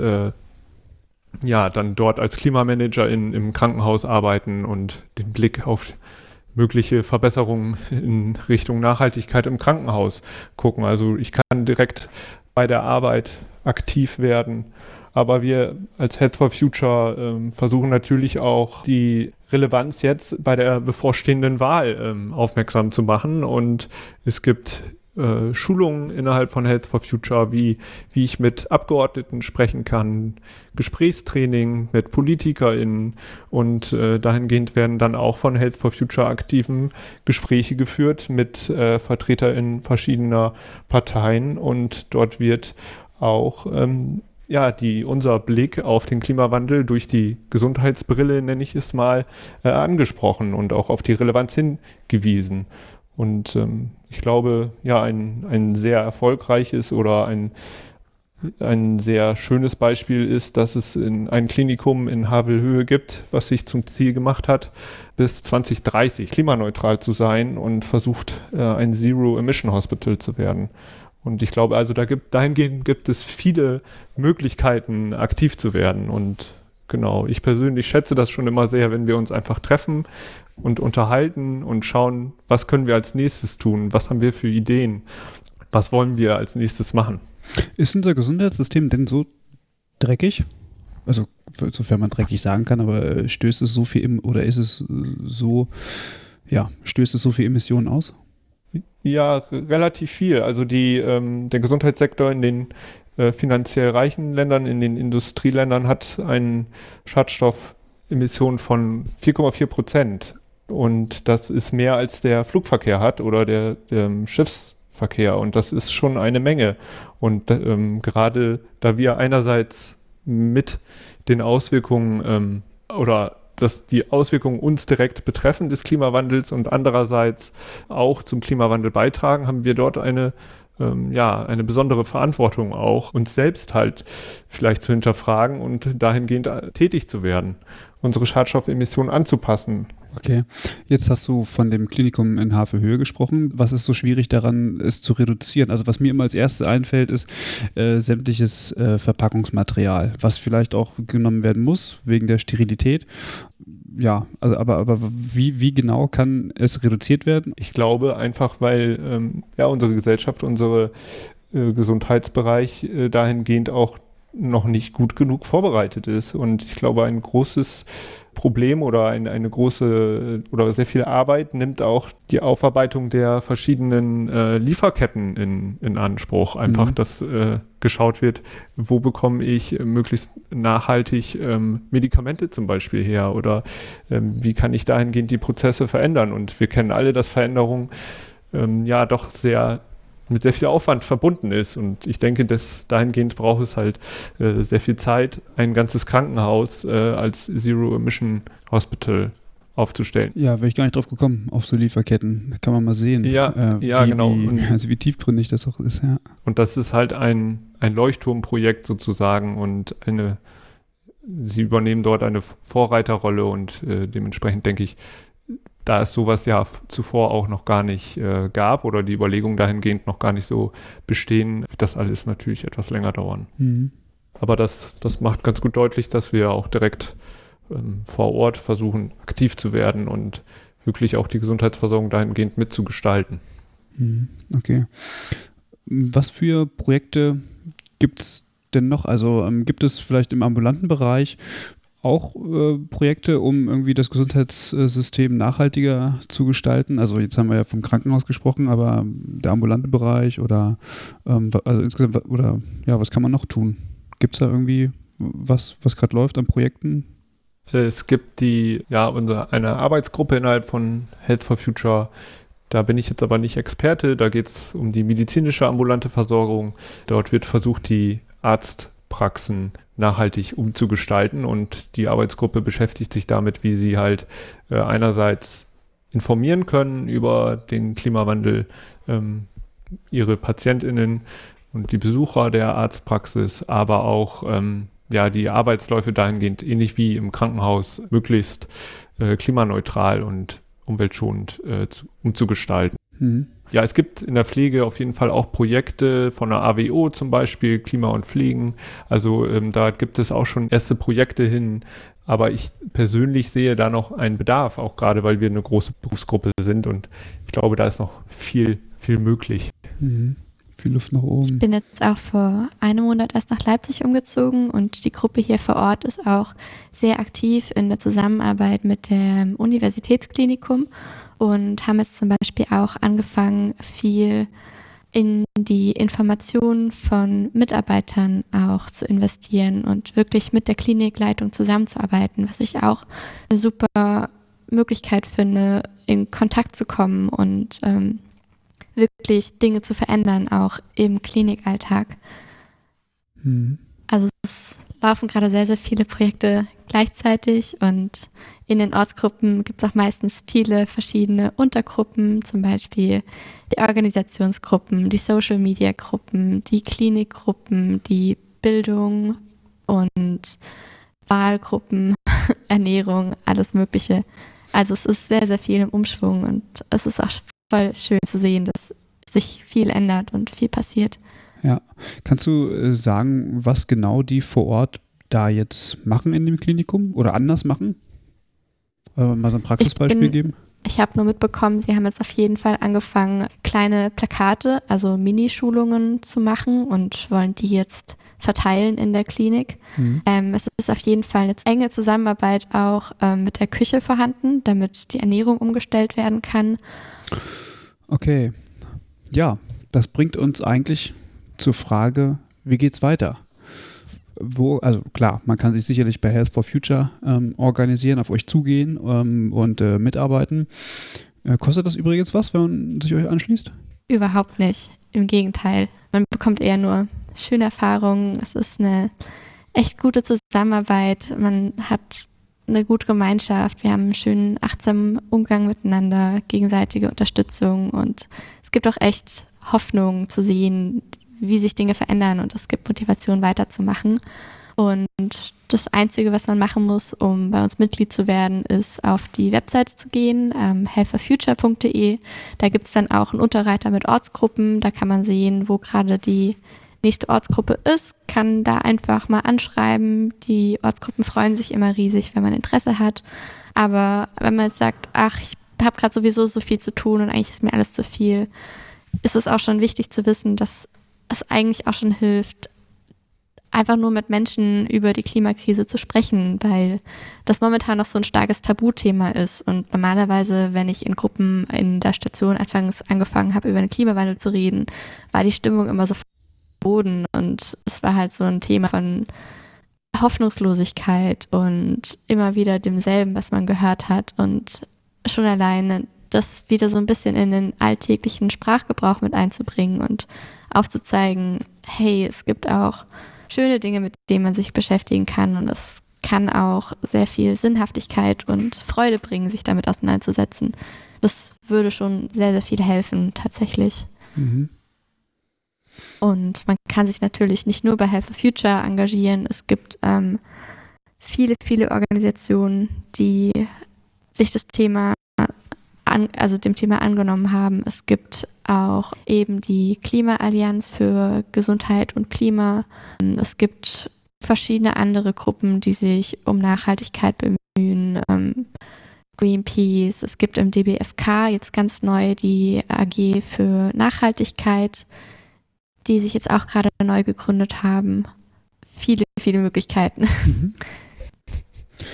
[SPEAKER 4] dann dort als Klimamanager im Krankenhaus arbeiten und den Blick auf mögliche Verbesserungen in Richtung Nachhaltigkeit im Krankenhaus gucken. Also ich kann direkt bei der Arbeit aktiv werden. Aber wir als Health for Future versuchen natürlich auch die Relevanz jetzt bei der bevorstehenden Wahl aufmerksam zu machen. Und es gibt Schulungen innerhalb von Health for Future, wie ich mit Abgeordneten sprechen kann, Gesprächstraining mit PolitikerInnen und dahingehend werden dann auch von Health for Future Aktiven Gespräche geführt mit VertreterInnen verschiedener Parteien und dort wird auch unser Blick auf den Klimawandel durch die Gesundheitsbrille, nenne ich es mal, angesprochen und auch auf die Relevanz hingewiesen. Und ich glaube, ein sehr erfolgreiches oder ein sehr schönes Beispiel ist, dass es ein Klinikum in Havelhöhe gibt, was sich zum Ziel gemacht hat, bis 2030 klimaneutral zu sein und versucht, ein Zero-Emission-Hospital zu werden. Und ich glaube, also dahingehend gibt es viele Möglichkeiten, aktiv zu werden. Und genau, ich persönlich schätze das schon immer sehr, wenn wir uns einfach treffen und unterhalten und schauen, was können wir als nächstes tun, was haben wir für Ideen, was wollen wir als nächstes machen.
[SPEAKER 1] Ist unser Gesundheitssystem denn so dreckig? Also, sofern man dreckig sagen kann, aber stößt es so viel Emissionen aus?
[SPEAKER 4] Ja, relativ viel. Also der Gesundheitssektor in den finanziell reichen Ländern, in den Industrieländern hat eine Schadstoffemission von 4,4%. Und das ist mehr als der Flugverkehr hat oder der Schiffsverkehr. Und das ist schon eine Menge. Und gerade da wir einerseits mit den Auswirkungen dass die Auswirkungen uns direkt betreffen des Klimawandels und andererseits auch zum Klimawandel beitragen, haben wir dort eine besondere Verantwortung auch, uns selbst halt vielleicht zu hinterfragen und dahingehend tätig zu werden, unsere Schadstoffemissionen anzupassen.
[SPEAKER 1] Okay, jetzt hast du von dem Klinikum in Havelhöhe gesprochen. Was ist so schwierig daran, es zu reduzieren? Also was mir immer als erstes einfällt, ist sämtliches Verpackungsmaterial, was vielleicht auch genommen werden muss, wegen der Sterilität. Ja, also aber wie genau kann es reduziert werden?
[SPEAKER 4] Ich glaube einfach, weil unsere Gesellschaft, unser Gesundheitsbereich dahingehend auch noch nicht gut genug vorbereitet ist. Und ich glaube, ein großes Problem oder eine große oder sehr viel Arbeit nimmt auch die Aufarbeitung der verschiedenen Lieferketten in Anspruch. Einfach, dass geschaut wird, wo bekomme ich möglichst nachhaltig Medikamente zum Beispiel her oder wie kann ich dahingehend die Prozesse verändern. Und wir kennen alle, dass Veränderung doch mit sehr viel Aufwand verbunden ist. Und ich denke, dahingehend braucht es halt sehr viel Zeit, ein ganzes Krankenhaus als Zero-Emission-Hospital aufzustellen.
[SPEAKER 1] Ja, wäre ich gar nicht drauf gekommen, auf so Lieferketten. Da kann man mal sehen,
[SPEAKER 4] genau.
[SPEAKER 1] Wie tiefgründig das auch ist. Ja.
[SPEAKER 4] Und das ist halt ein Leuchtturmprojekt sozusagen und sie übernehmen dort eine Vorreiterrolle und dementsprechend denke ich, da es sowas ja zuvor auch noch gar nicht gab oder die Überlegungen dahingehend noch gar nicht so bestehen, wird das alles natürlich etwas länger dauern.
[SPEAKER 1] Mhm.
[SPEAKER 4] Aber das macht ganz gut deutlich, dass wir auch direkt vor Ort versuchen, aktiv zu werden und wirklich auch die Gesundheitsversorgung dahingehend mitzugestalten.
[SPEAKER 1] Mhm. Okay. Was für Projekte gibt es denn noch? Also gibt es vielleicht im ambulanten Bereich auch Projekte, um irgendwie das Gesundheitssystem nachhaltiger zu gestalten? Also jetzt haben wir ja vom Krankenhaus gesprochen, aber der ambulante Bereich oder also insgesamt, oder ja, was kann man noch tun? Gibt es da irgendwie was gerade läuft an Projekten?
[SPEAKER 4] Es gibt eine Arbeitsgruppe innerhalb von Health for Future. Da bin ich jetzt aber nicht Experte. Da geht es um die medizinische ambulante Versorgung. Dort wird versucht, die Arztpraxen nachhaltig umzugestalten, und die Arbeitsgruppe beschäftigt sich damit, wie sie halt einerseits informieren können über den Klimawandel, ihre PatientInnen und die Besucher der Arztpraxis, aber auch die Arbeitsläufe dahingehend, ähnlich wie im Krankenhaus, möglichst klimaneutral und umweltschonend umzugestalten.
[SPEAKER 1] Mhm.
[SPEAKER 4] Ja, es gibt in der Pflege auf jeden Fall auch Projekte von der AWO, zum Beispiel Klima und Pflegen. Also da gibt es auch schon erste Projekte hin. Aber ich persönlich sehe da noch einen Bedarf, auch gerade weil wir eine große Berufsgruppe sind. Und ich glaube, da ist noch viel, viel möglich.
[SPEAKER 1] Mhm. Viel Luft nach oben.
[SPEAKER 3] Ich bin jetzt auch vor einem Monat erst nach Leipzig umgezogen, und die Gruppe hier vor Ort ist auch sehr aktiv in der Zusammenarbeit mit dem Universitätsklinikum und haben jetzt zum Beispiel auch angefangen, viel in die Information von Mitarbeitern auch zu investieren und wirklich mit der Klinikleitung zusammenzuarbeiten, was ich auch eine super Möglichkeit finde, in Kontakt zu kommen und wirklich Dinge zu verändern, auch im Klinikalltag. Also es laufen gerade sehr, sehr viele Projekte gleichzeitig, und in den Ortsgruppen gibt es auch meistens viele verschiedene Untergruppen, zum Beispiel die Organisationsgruppen, die Social-Media-Gruppen, die Klinikgruppen, die Bildung und Wahlgruppen, Ernährung, alles Mögliche. Also es ist sehr, sehr viel im Umschwung, und es ist auch voll schön zu sehen, dass sich viel ändert und viel passiert.
[SPEAKER 1] Ja. Kannst du sagen, was genau die vor Ort da jetzt machen in dem Klinikum oder anders machen? Mal so ein Praxisbeispiel geben?
[SPEAKER 3] Ich habe nur mitbekommen, sie haben jetzt auf jeden Fall angefangen, kleine Plakate, also Minischulungen zu machen, und wollen die jetzt verteilen in der Klinik. Es ist auf jeden Fall eine enge Zusammenarbeit auch mit der Küche vorhanden, damit die Ernährung umgestellt werden kann.
[SPEAKER 1] Okay. Ja, das bringt uns eigentlich zur Frage, wie geht's weiter? Also klar, man kann sich sicherlich bei Health for Future organisieren, auf euch zugehen und mitarbeiten. Kostet das übrigens was, wenn man sich euch anschließt?
[SPEAKER 3] Überhaupt nicht. Im Gegenteil. Man bekommt eher nur schöne Erfahrungen. Es ist eine echt gute Zusammenarbeit. Man hat eine gute Gemeinschaft. Wir haben einen schönen, achtsamen Umgang miteinander, gegenseitige Unterstützung, und es gibt auch echt Hoffnung zu sehen, wie sich Dinge verändern, und es gibt Motivation weiterzumachen. Und das Einzige, was man machen muss, um bei uns Mitglied zu werden, ist auf die Webseite zu gehen, healthforfuture.de. Da gibt es dann auch einen Unterreiter mit Ortsgruppen. Da kann man sehen, wo gerade die nächste Ortsgruppe ist, kann da einfach mal anschreiben. Die Ortsgruppen freuen sich immer riesig, wenn man Interesse hat. Aber wenn man jetzt sagt, ach, ich habe gerade sowieso so viel zu tun und eigentlich ist mir alles zu viel, ist es auch schon wichtig zu wissen, dass es eigentlich auch schon hilft, einfach nur mit Menschen über die Klimakrise zu sprechen, weil das momentan noch so ein starkes Tabuthema ist. Und normalerweise, wenn ich in Gruppen in der Station anfangs angefangen habe, über den Klimawandel zu reden, war die Stimmung immer so Boden, und es war halt so ein Thema von Hoffnungslosigkeit und immer wieder demselben, was man gehört hat, und schon alleine das wieder so ein bisschen in den alltäglichen Sprachgebrauch mit einzubringen und aufzuzeigen, hey, es gibt auch schöne Dinge, mit denen man sich beschäftigen kann, und es kann auch sehr viel Sinnhaftigkeit und Freude bringen, sich damit auseinanderzusetzen. Das würde schon sehr, sehr viel helfen, tatsächlich. Und man kann sich natürlich nicht nur bei Health for Future engagieren. Es gibt viele, viele Organisationen, die sich dem Thema angenommen haben. Es gibt auch eben die Klimaallianz für Gesundheit und Klima. Es gibt verschiedene andere Gruppen, die sich um Nachhaltigkeit bemühen. Greenpeace, es gibt im DBFK jetzt ganz neu die AG für Nachhaltigkeit, die sich jetzt auch gerade neu gegründet haben. Viele, viele Möglichkeiten.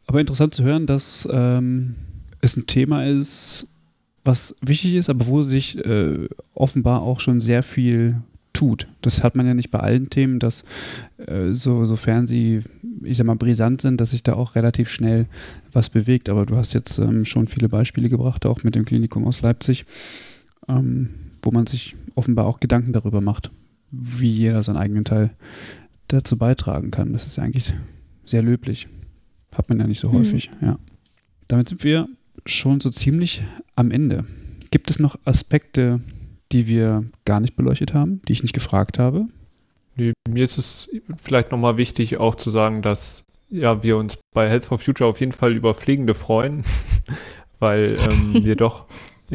[SPEAKER 1] Aber interessant zu hören, dass es ein Thema ist, was wichtig ist, aber wo sich offenbar auch schon sehr viel tut. Das hat man ja nicht bei allen Themen, dass sofern sie, ich sag mal, brisant sind, dass sich da auch relativ schnell was bewegt. Aber du hast jetzt schon viele Beispiele gebracht, auch mit dem Klinikum aus Leipzig, wo man sich offenbar auch Gedanken darüber macht, wie jeder seinen eigenen Teil dazu beitragen kann. Das ist ja eigentlich sehr löblich. Hat man ja nicht so häufig. Ja. Damit sind wir schon so ziemlich am Ende. Gibt es noch Aspekte, die wir gar nicht beleuchtet haben, die ich nicht gefragt habe?
[SPEAKER 4] Nee, mir ist es vielleicht nochmal wichtig auch zu sagen, dass wir uns bei Health for Future auf jeden Fall über Pflegende freuen, weil wir doch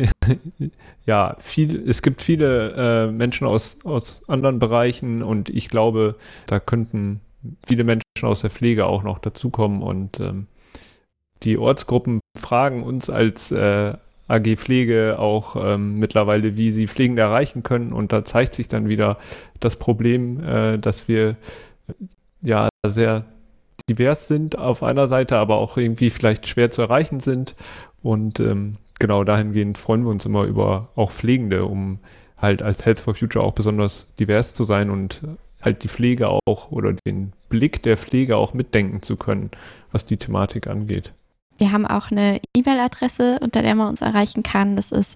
[SPEAKER 4] es gibt viele Menschen aus anderen Bereichen und ich glaube, da könnten viele Menschen aus der Pflege auch noch dazukommen und die Ortsgruppen fragen uns als AG Pflege auch mittlerweile, wie sie Pflegende erreichen können und da zeigt sich dann wieder das Problem, dass wir sehr divers sind auf einer Seite, aber auch irgendwie vielleicht schwer zu erreichen sind und genau dahingehend freuen wir uns immer über auch Pflegende, um halt als Health for Future auch besonders divers zu sein und halt die Pflege auch oder den Blick der Pflege auch mitdenken zu können, was die Thematik angeht.
[SPEAKER 3] Wir haben auch eine E-Mail-Adresse, unter der man uns erreichen kann. Das ist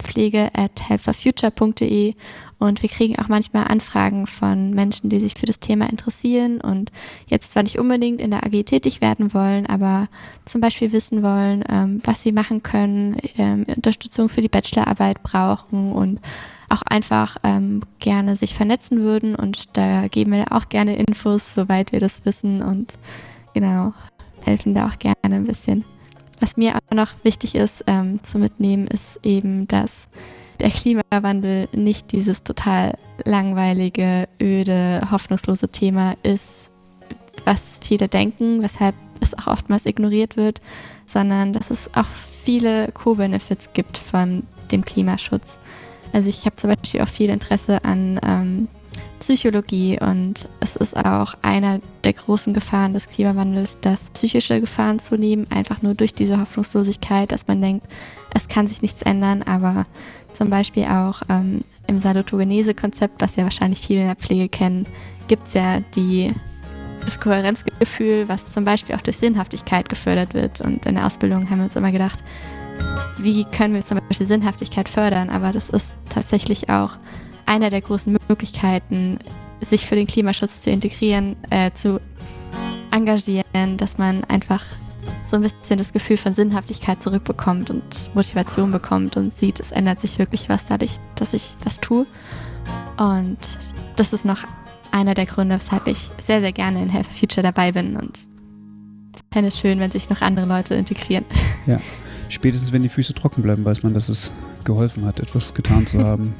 [SPEAKER 3] pflege@healthforfuture.de und wir kriegen auch manchmal Anfragen von Menschen, die sich für das Thema interessieren und jetzt zwar nicht unbedingt in der AG tätig werden wollen, aber zum Beispiel wissen wollen, was sie machen können, Unterstützung für die Bachelorarbeit brauchen und auch einfach gerne sich vernetzen würden und da geben wir auch gerne Infos, soweit wir das wissen und genau, helfen da auch gerne ein bisschen. Was mir auch noch wichtig ist zu mitnehmen, ist eben, dass der Klimawandel nicht dieses total langweilige, öde, hoffnungslose Thema ist, was viele denken, weshalb es auch oftmals ignoriert wird, sondern dass es auch viele Co-Benefits gibt von dem Klimaschutz. Also ich habe zum Beispiel auch viel Interesse an Psychologie und es ist auch einer der großen Gefahren des Klimawandels, dass psychische Gefahren zunehmen, einfach nur durch diese Hoffnungslosigkeit, dass man denkt, es kann sich nichts ändern, aber zum Beispiel auch im Salutogenese-Konzept, was ja wahrscheinlich viele in der Pflege kennen, gibt es ja das Kohärenzgefühl, was zum Beispiel auch durch Sinnhaftigkeit gefördert wird und in der Ausbildung haben wir uns immer gedacht, wie können wir zum Beispiel Sinnhaftigkeit fördern, aber das ist tatsächlich auch einer der großen Möglichkeiten, sich für den Klimaschutz zu integrieren, zu engagieren, dass man einfach so ein bisschen das Gefühl von Sinnhaftigkeit zurückbekommt und Motivation bekommt und sieht, es ändert sich wirklich was dadurch, dass ich was tue. Und das ist noch einer der Gründe, weshalb ich sehr, sehr gerne in Health for Future dabei bin und fände es schön, wenn sich noch andere Leute integrieren.
[SPEAKER 1] Ja, spätestens wenn die Füße trocken bleiben, weiß man, dass es geholfen hat, etwas getan zu haben.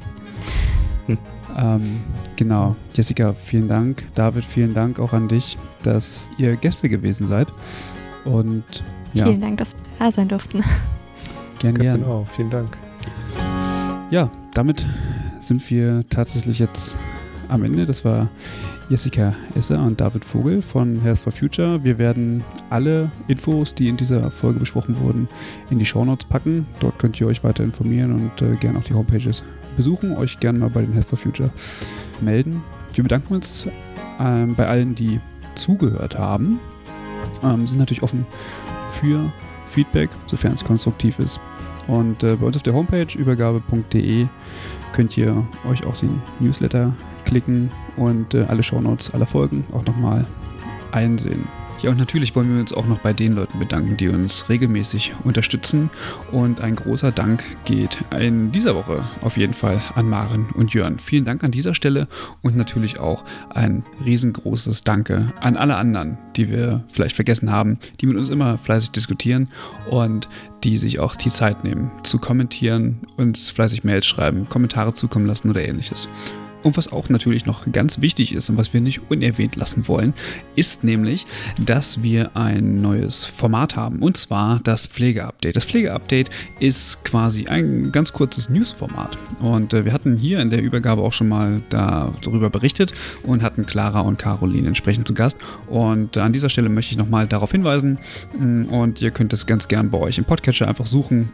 [SPEAKER 1] Genau, Jessica, vielen Dank. David, vielen Dank auch an dich, dass ihr Gäste gewesen seid. Und ja.
[SPEAKER 3] Vielen Dank, dass wir da sein durften.
[SPEAKER 1] Gern.
[SPEAKER 4] Genau, vielen Dank.
[SPEAKER 1] Ja, damit sind wir tatsächlich jetzt am Ende. Das war Jessica Esser und David Vogel von Health for Future. Wir werden alle Infos, die in dieser Folge besprochen wurden, in die Shownotes packen. Dort könnt ihr euch weiter informieren und gerne auch die Homepages besuchen. Euch gerne mal bei den Health for Future melden. Wir bedanken uns bei allen, die zugehört haben. Sind natürlich offen für Feedback, sofern es konstruktiv ist. Und bei uns auf der Homepage übergabe.de könnt ihr euch auch den Newsletter klicken und alle Shownotes aller Folgen auch nochmal einsehen. Ja, und natürlich wollen wir uns auch noch bei den Leuten bedanken, die uns regelmäßig unterstützen. Und ein großer Dank geht in dieser Woche auf jeden Fall an Maren und Jörn. Vielen Dank an dieser Stelle und natürlich auch ein riesengroßes Danke an alle anderen, die wir vielleicht vergessen haben, die mit uns immer fleißig diskutieren und die sich auch die Zeit nehmen zu kommentieren, uns fleißig Mails schreiben, Kommentare zukommen lassen oder ähnliches. Und was auch natürlich noch ganz wichtig ist und was wir nicht unerwähnt lassen wollen, ist nämlich, dass wir ein neues Format haben, und zwar das Pflegeupdate. Das Pflegeupdate ist quasi ein ganz kurzes Newsformat, und wir hatten hier in der Übergabe auch schon mal darüber berichtet und hatten Clara und Caroline entsprechend zu Gast, und an dieser Stelle möchte ich nochmal darauf hinweisen, und ihr könnt es ganz gern bei euch im Podcatcher einfach suchen.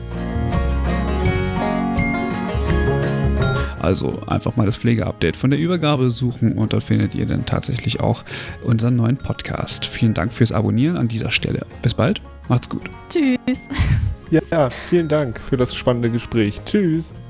[SPEAKER 1] Also einfach mal das Pflegeupdate von der Übergabe suchen, und dort findet ihr dann tatsächlich auch unseren neuen Podcast. Vielen Dank fürs Abonnieren an dieser Stelle. Bis bald, macht's gut.
[SPEAKER 3] Tschüss.
[SPEAKER 4] Ja, vielen Dank für das spannende Gespräch. Tschüss.